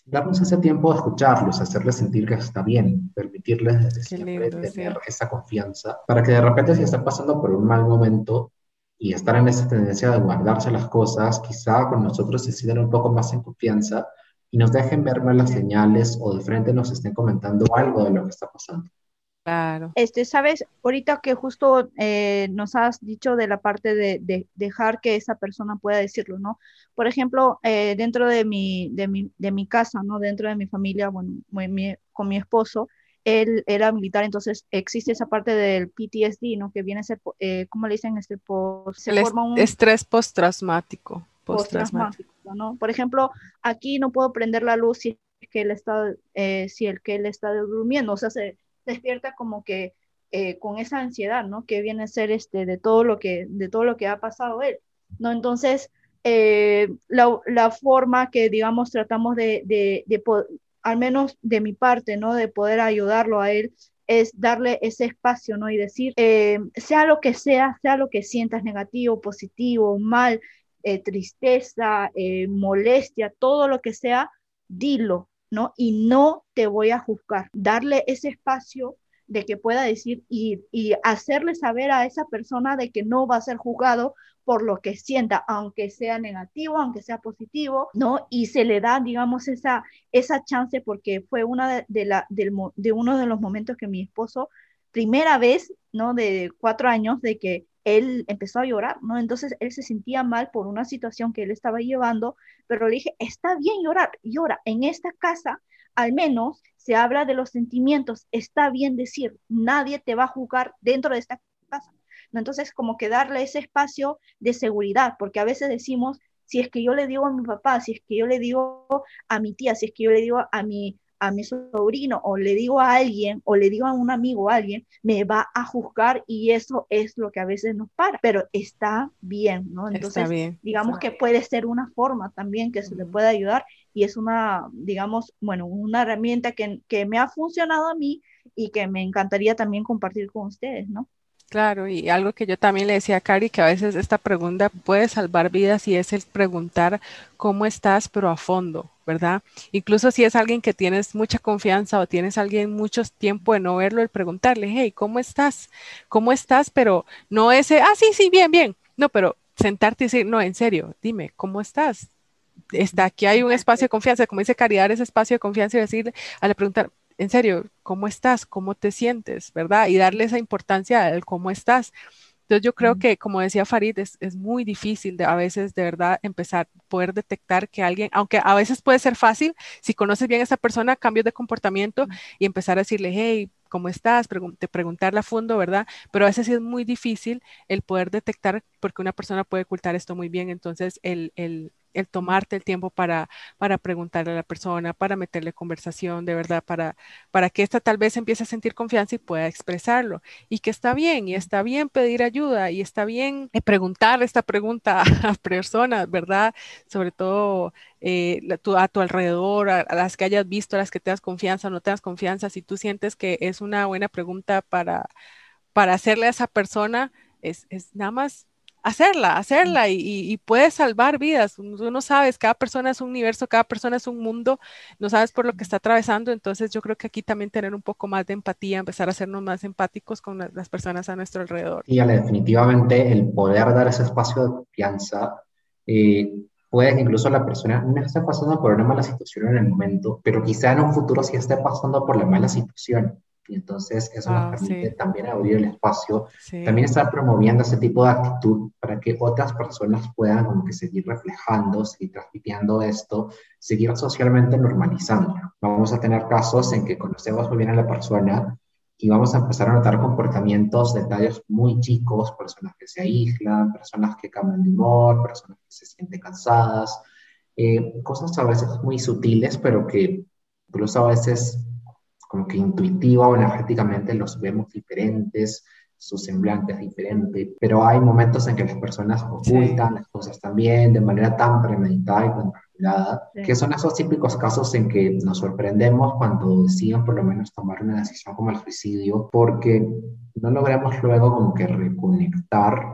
darnos ese tiempo de escucharlos, hacerles sentir que está bien, permitirles desde
Qué
siempre
lindo,
tener
sí.
esa confianza, para que de repente si están pasando por un mal momento y estar en esa tendencia de guardarse las cosas, quizá con nosotros se sientan un poco más en confianza y nos dejen ver más las señales o de frente nos estén comentando algo de lo que está pasando.
Claro.
Este, sabes, ahorita que justo eh, nos has dicho de la parte de, de dejar que esa persona pueda decirlo, ¿no? Por ejemplo, eh, dentro de mi, de mi, de mi casa, ¿no? Dentro de mi familia, bueno, mi- mi- con mi esposo, él era militar, entonces existe esa parte del P T S D, ¿no? Que viene a ser, eh, ¿cómo le dicen? Este, post- se
El es-
forma un
estrés postraumático, postraumático.
postraumático, ¿no? Por ejemplo, aquí no puedo prender la luz si es que él está, eh, si el que él está durmiendo, o sea, se despierta como que eh, con esa ansiedad, ¿no? Que viene a ser este, de todo lo que, de todo lo que ha pasado él, ¿no? Entonces, eh, la, la, forma que, digamos, tratamos de, de, de al menos de mi parte, ¿no? De poder ayudarlo a él, es darle ese espacio, ¿no? Y decir, eh, sea lo que sea, sea lo que sientas, negativo, positivo, mal, eh, tristeza, eh, molestia, todo lo que sea, dilo, ¿no? Y no te voy a juzgar. Darle ese espacio de que pueda decir y, y hacerle saber a esa persona de que no va a ser juzgado por lo que sienta, aunque sea negativo, aunque sea positivo, ¿no? Y se le da, digamos, esa, esa chance porque fue una de, de, la, del, de uno de los momentos que mi esposo, primera vez, ¿no? De cuatro años, de que él empezó a llorar, ¿no? Entonces él se sentía mal por una situación que él estaba llevando, pero le dije, está bien llorar, llora. En esta casa, al menos, se habla de los sentimientos, está bien decir, nadie te va a juzgar dentro de esta casa, ¿no? Entonces, como que darle ese espacio de seguridad, porque a veces decimos, si es que yo le digo a mi papá, si es que yo le digo a mi tía, si es que yo le digo a mi a mi sobrino o le digo a alguien o le digo a un amigo o a alguien, me va a juzgar y eso es lo que a veces nos para, pero está bien, ¿no?
Está
Entonces,
bien.
digamos que puede ser una forma también que se le puede ayudar y es una, digamos, bueno, una herramienta que, que me ha funcionado a mí y que me encantaría también compartir con ustedes, ¿no?
Claro, y algo que yo también le decía a Cari, que a veces esta pregunta puede salvar vidas y es el preguntar cómo estás, pero a fondo, ¿verdad? Incluso si es alguien que tienes mucha confianza o tienes alguien mucho tiempo de no verlo, el preguntarle, hey, ¿cómo estás? ¿Cómo estás? Pero no ese, ah, sí, sí, bien, bien. No, pero sentarte y decir, no, en serio, dime, ¿cómo estás? Está aquí hay un espacio de confianza, como dice Caridad, ese espacio de confianza y decirle, a la preguntar, en serio, ¿cómo estás? ¿Cómo te sientes? ¿Verdad? Y darle esa importancia al cómo estás. Entonces yo creo que, como decía Farid, es, es muy difícil de, a veces de verdad empezar, poder detectar que alguien, aunque a veces puede ser fácil, si conoces bien a esa persona, cambios de comportamiento y empezar a decirle, hey, ¿cómo estás? Pregun te preguntarle a fondo, ¿verdad? Pero a veces sí es muy difícil el poder detectar porque una persona puede ocultar esto muy bien. Entonces el, el el tomarte el tiempo para, para preguntarle a la persona, para meterle conversación, de verdad, para, para que ésta tal vez empiece a sentir confianza y pueda expresarlo. Y que está bien, y está bien pedir ayuda, y está bien preguntar esta pregunta a personas, ¿verdad? Sobre todo eh, la, tu, a tu alrededor, a, a las que hayas visto, a las que te das confianza o no te das confianza. Si tú sientes que es una buena pregunta para, para hacerle a esa persona, es, es nada más hacerla, hacerla y, y, y puedes salvar vidas. Tú no sabes, cada persona es un universo, cada persona es un mundo, no sabes por lo que está atravesando, entonces yo creo que aquí también tener un poco más de empatía, empezar a hacernos más empáticos con la, las personas a nuestro alrededor.
Y Ale, definitivamente el poder dar ese espacio de confianza, eh, puede que incluso la persona no esté pasando por una mala situación en el momento, pero quizá en un futuro sí esté pasando por la mala situación. Y entonces eso nos
Ah,
permite
sí,
también abrir el espacio,
sí,
también estar promoviendo ese tipo de actitud para que otras personas puedan como que seguir reflejando, seguir transmitiendo esto, seguir socialmente normalizando. Vamos a tener casos en que conocemos muy bien a la persona y vamos a empezar a notar comportamientos, detalles muy chicos, personas que se aíslan, personas que cambian de humor, personas que se sienten cansadas, eh, cosas a veces muy sutiles, pero que incluso a veces como que intuitiva o energéticamente los vemos diferentes, su semblante es diferente, pero hay momentos en que las personas
sí,
ocultan las cosas también de manera tan premeditada y tan calculada,
Sí.
que son esos típicos casos en que nos sorprendemos cuando deciden por lo menos tomar una decisión como el suicidio, porque no logramos luego como que reconectar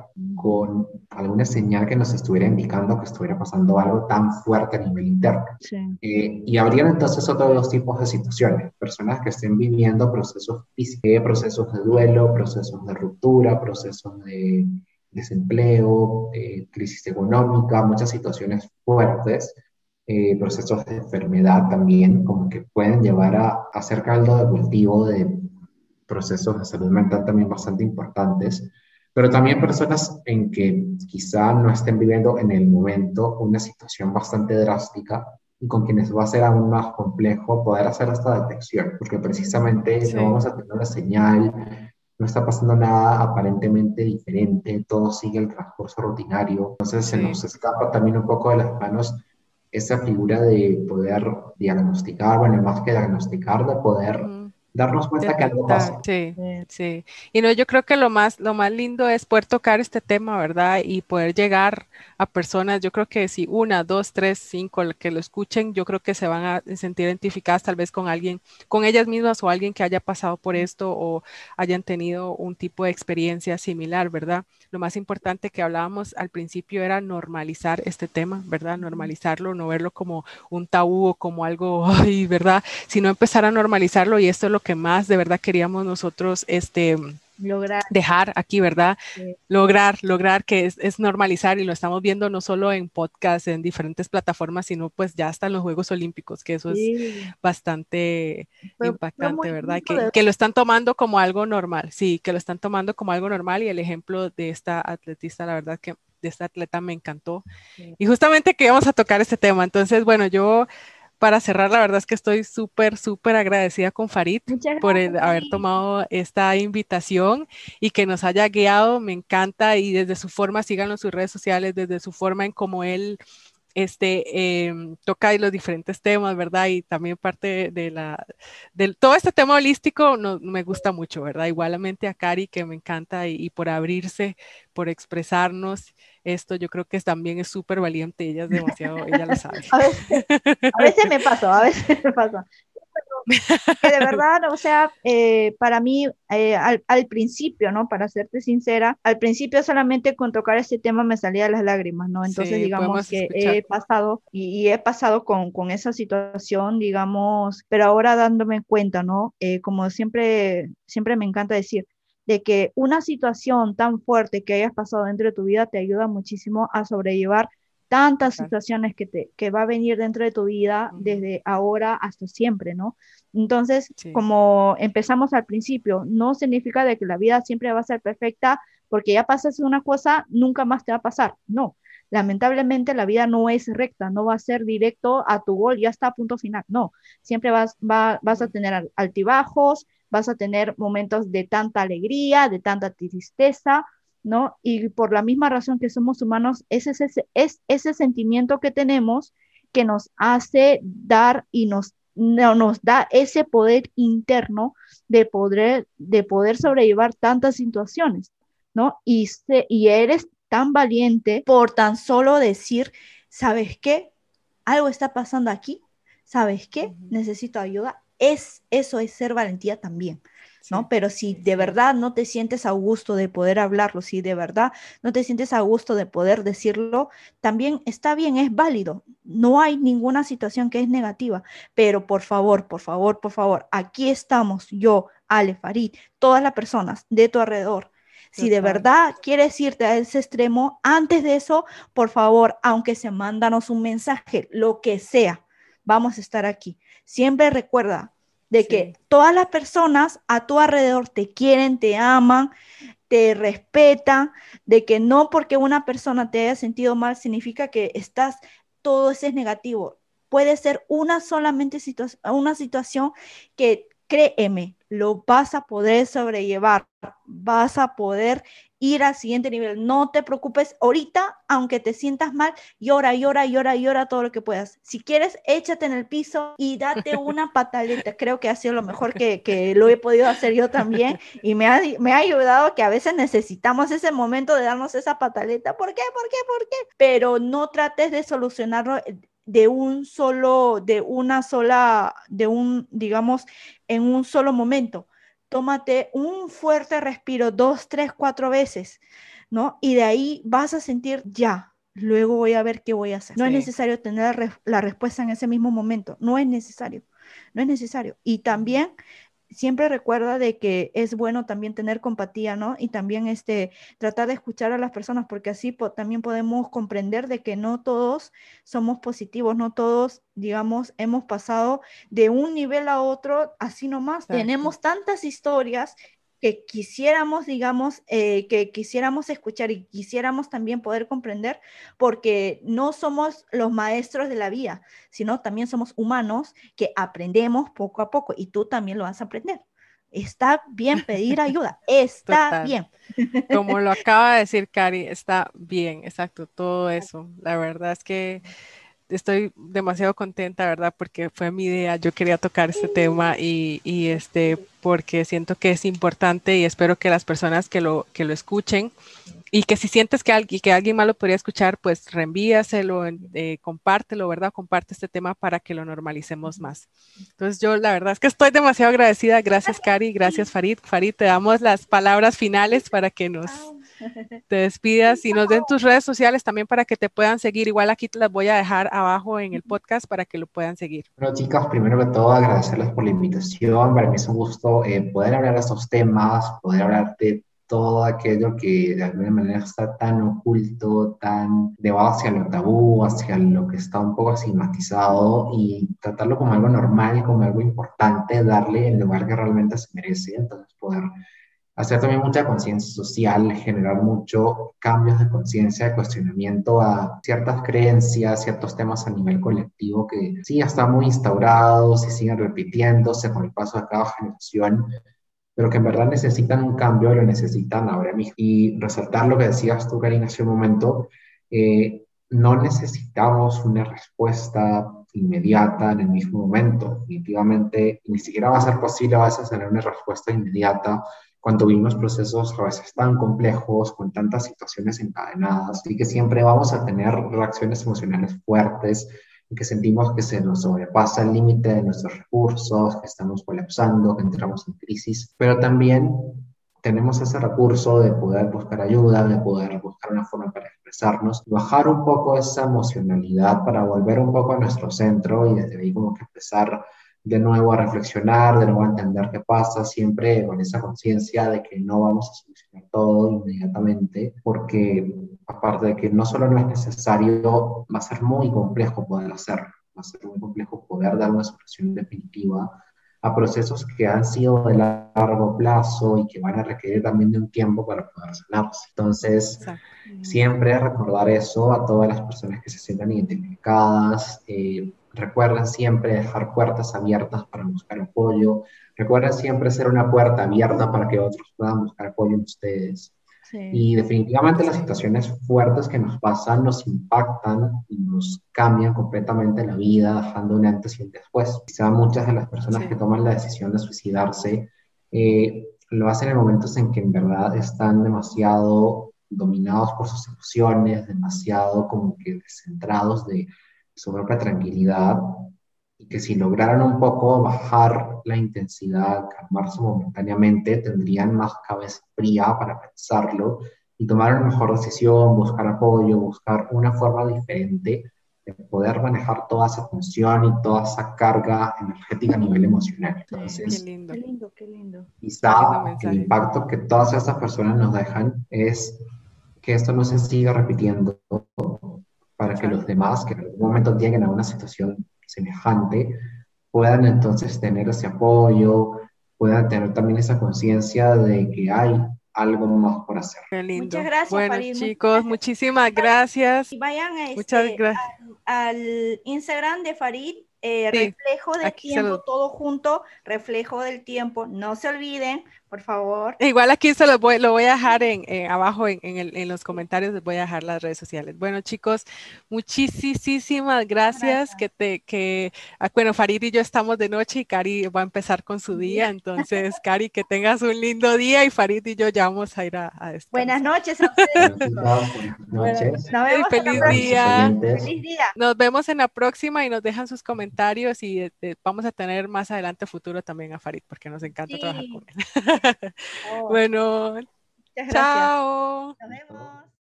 con alguna señal que nos estuviera indicando que estuviera pasando algo tan fuerte a nivel interno.
Sí.
Eh, y habrían entonces otros dos tipos de situaciones, personas que estén viviendo procesos físicos, procesos de duelo, procesos de ruptura, procesos de desempleo, eh, crisis económica, muchas situaciones fuertes, eh, procesos de enfermedad también, como que pueden llevar a, a hacer caldo de cultivo de procesos de salud mental también bastante importantes, pero también personas en que quizá no estén viviendo en el momento una situación bastante drástica y con quienes va a ser aún más complejo poder hacer esta detección, porque precisamente
Sí,
no vamos a tener una señal, no está pasando nada aparentemente diferente, todo sigue el transcurso rutinario, entonces se
sí.
nos escapa también un poco de las manos esa figura de poder diagnosticar, bueno, más que diagnosticar, de poder
Ujú.
darnos cuenta que algo
Detectar,
pasa.
sí,
Eh,
sí. Y no, yo creo que lo más, lo más lindo es poder tocar este tema, ¿verdad? Y poder llegar a personas, yo creo que si una, dos, tres, cinco el que lo escuchen, yo creo que se van a sentir identificadas tal vez con alguien, con ellas mismas o alguien que haya pasado por esto o hayan tenido un tipo de experiencia similar, ¿verdad? Lo más importante que hablábamos al principio era normalizar este tema, ¿verdad? Normalizarlo, no verlo como un tabú o como algo, ay, ¿verdad? Sino empezar a normalizarlo y esto es lo que más de verdad queríamos nosotros este,
lograr.
dejar aquí, ¿verdad?
eh,
Lograr, lograr que es, es normalizar y lo estamos viendo no solo en podcast, en diferentes plataformas, sino pues ya hasta en los Juegos Olímpicos, que eso es
sí,
bastante
fue, fue
impactante,
muy
¿verdad?
lindo de
Que,
ver.
que lo están tomando como algo normal, sí, que lo están tomando como algo normal y el ejemplo de esta atletista, la verdad que de esta atleta me encantó. Y justamente que íbamos a tocar este tema, entonces, bueno, yo para cerrar, la verdad es que estoy súper, súper agradecida con Farid
Muchas
por
gracias,
el haber
Farid.
tomado esta invitación y que nos haya guiado, me encanta y desde su forma, síganlo en sus redes sociales, desde su forma en cómo él este, eh, toca los diferentes temas, ¿verdad? Y también parte de la, de todo este tema holístico no, me gusta mucho, ¿verdad? Igualmente a Cari, que me encanta y, y por abrirse, por expresarnos esto, yo creo que también es súper valiente, ella es demasiado, ella lo sabe.
A veces, a veces me pasó, a veces me pasó. Que de verdad, o sea, eh, para mí, eh, al, al principio, ¿no? Para serte sincera, al principio solamente con tocar este tema me salían las lágrimas, ¿no? Entonces,
Sí,
digamos
podemos
que
escuchar.
he pasado y, y he pasado con, con esa situación, digamos, pero ahora dándome cuenta, ¿no? Eh, como siempre, siempre me encanta decir, de que una situación tan fuerte que hayas pasado dentro de tu vida te ayuda muchísimo a sobrellevar tantas
Total.
situaciones que, te, que va a venir dentro de tu vida
Ujú.
desde ahora hasta siempre, ¿no? Entonces,
Sí,
como empezamos al principio, no significa de que la vida siempre va a ser perfecta porque ya pasas una cosa, nunca más te va a pasar. No, lamentablemente la vida no es recta, no va a ser directo a tu gol, ya está a punto final. No, siempre vas, va, vas a
ujú,
tener altibajos, vas a tener momentos de tanta alegría, de tanta tristeza, ¿no? Y por la misma razón que somos humanos, es ese, es ese sentimiento que tenemos que nos hace dar y nos no, nos da ese poder interno de poder, de poder sobrellevar tantas situaciones, ¿no? Y, se, y eres tan valiente por tan solo decir, ¿sabes qué? Algo está pasando aquí, ¿sabes qué?
ujú.
Necesito ayuda. Es, eso es ser valentía también. ¿No?
Sí,
Pero si de
sí,
verdad no te sientes a gusto de poder hablarlo, si de verdad no te sientes a gusto de poder decirlo, también está bien, es válido. No hay ninguna situación que es negativa, pero por favor, por favor, por favor, aquí estamos yo, Ale, Farid, todas las personas de tu alrededor. Si de
total.
verdad quieres irte a ese extremo, antes de eso, por favor, aunque se mándanos un mensaje, lo que sea, vamos a estar aquí. Siempre recuerda de que
Sí,
todas las personas a tu alrededor te quieren, te aman, te respetan, de que no porque una persona te haya sentido mal significa que estás, todo eso es negativo. Puede ser una solamente situa una situación que créeme, lo vas a poder sobrellevar, vas a poder ir al siguiente nivel. No te preocupes ahorita, aunque te sientas mal, llora, llora, llora, llora todo lo que puedas. Si quieres, échate en el piso y date una pataleta. Creo que ha sido lo mejor que, que lo he podido hacer yo también y me ha, me ha ayudado que a veces necesitamos ese momento de darnos esa pataleta. ¿Por qué? ¿Por qué? ¿Por qué? Pero no trates de solucionarlo de un solo, de una sola, de un, digamos, en un solo momento. Tómate un fuerte respiro dos, tres, cuatro veces, ¿no? Y de ahí vas a sentir ya, luego voy a ver qué voy a hacer. No
Sí.
es necesario tener la, re la respuesta en ese mismo momento, no es necesario, no es necesario. Y también siempre recuerda de que es bueno también tener compatía, ¿no? Y también este, tratar de escuchar a las personas, porque así po también podemos comprender de que no todos somos positivos, no todos, digamos, hemos pasado de un nivel a otro así nomás. Exacto. Tenemos tantas historias que quisiéramos, digamos, eh, que quisiéramos escuchar y quisiéramos también poder comprender, porque no somos los maestros de la vida, sino también somos humanos que aprendemos poco a poco, y tú también lo vas a aprender. Está bien pedir ayuda, está Total. Bien.
Como lo acaba de decir Cari, está bien, exacto, todo eso. La verdad es que estoy demasiado contenta, ¿verdad? Porque fue mi idea, yo quería tocar este tema y, y este, porque siento que es importante y espero que las personas que lo, que lo escuchen y que si sientes que alguien, que alguien más lo podría escuchar, pues reenvíaselo, eh, compártelo, ¿verdad? Comparte este tema para que lo normalicemos más. Entonces yo la verdad es que estoy demasiado agradecida. Gracias, Cari, gracias, Farid. Farid, te damos las palabras finales para que nos te despidas y nos den tus redes sociales también para que te puedan seguir. Igual aquí te las voy a dejar abajo en el podcast para que lo puedan seguir.
Bueno, chicas, primero que todo agradecerles por la invitación. Para mí es un gusto eh, poder hablar de estos temas, poder hablar de todo aquello que de alguna manera está tan oculto, tan llevado hacia lo tabú, hacia lo que está un poco estigmatizado, y tratarlo como algo normal, como algo importante, darle el lugar que realmente se merece. Entonces poder hacer también mucha conciencia social, generar mucho cambios de conciencia, de cuestionamiento a ciertas creencias, ciertos temas a nivel colectivo que sí ya están muy instaurados y siguen repitiéndose con el paso de cada generación, pero que en verdad necesitan un cambio y lo necesitan ahora mismo. Y resaltar lo que decías tú, Karina, hace un momento, eh, no necesitamos una respuesta inmediata en el mismo momento. Definitivamente, ni siquiera va a ser posible a veces tener una respuesta inmediata cuando vivimos procesos a veces tan complejos, con tantas situaciones encadenadas, y que siempre vamos a tener reacciones emocionales fuertes, y que sentimos que se nos sobrepasa el límite de nuestros recursos, que estamos colapsando, que entramos en crisis, pero también tenemos ese recurso de poder buscar ayuda, de poder buscar una forma para expresarnos, bajar un poco esa emocionalidad para volver un poco a nuestro centro y desde ahí como que empezar de nuevo a reflexionar, de nuevo a entender qué pasa, siempre con esa conciencia de que no vamos a solucionar todo inmediatamente, porque aparte de que no solo no es necesario, va a ser muy complejo poder hacerlo, va a ser muy complejo poder dar una solución definitiva a procesos que han sido de largo plazo y que van a requerir también de un tiempo para poder sanarse. Entonces, Exacto. siempre recordar eso a todas las personas que se sientan identificadas. Eh, recuerden siempre dejar puertas abiertas para buscar apoyo. Recuerden siempre ser una puerta abierta para que otros puedan buscar apoyo en ustedes. Sí. Y definitivamente las situaciones fuertes que nos pasan nos impactan y nos cambian completamente la vida, dejando un antes y un después. Quizá muchas de las personas sí. que toman la decisión de suicidarse eh, lo hacen en momentos en que en verdad están demasiado dominados por sus emociones, demasiado como que descentrados de su propia tranquilidad, y que si lograran un poco bajar la intensidad, calmarse momentáneamente, tendrían más cabeza fría para pensarlo y tomar una mejor decisión, buscar apoyo, buscar una forma diferente de poder manejar toda esa tensión y toda esa carga energética a nivel emocional. Entonces,
qué lindo, qué lindo, qué lindo.
Quizá el impacto que todas estas personas nos dejan es que esto no se siga repitiendo, para que los demás, que en algún momento lleguen a una situación semejante, puedan entonces tener ese apoyo, puedan tener también esa conciencia de que hay algo más por hacer.
Qué lindo.
Muchas gracias,
bueno,
Farid,
chicos,
gracias.
muchísimas gracias.
Y vayan este,
Muchas gracias.
Al, al Instagram de Farid, eh,
sí,
reflejo del tiempo,
lo...
todo junto, reflejo del tiempo, no se olviden, por favor.
Igual aquí se lo voy, lo voy a dejar en, eh, abajo en, en, el, en los comentarios, les voy a dejar las redes sociales. Bueno, chicos, muchísimas gracias. gracias. Que te, que, bueno, Farid y yo estamos de noche y Cari va a empezar con su día. Entonces, Cari, que tengas un lindo día y Farid y yo ya vamos a ir a, a descansar.
Buenas noches a ustedes.
Buenas noches.
Nos vemos
feliz,
en
día.
feliz día.
Nos vemos en la próxima y nos dejan sus comentarios y eh, vamos a tener más adelante futuro también a Farid porque nos encanta sí. trabajar con él. Oh. Bueno, chao.
Nos vemos.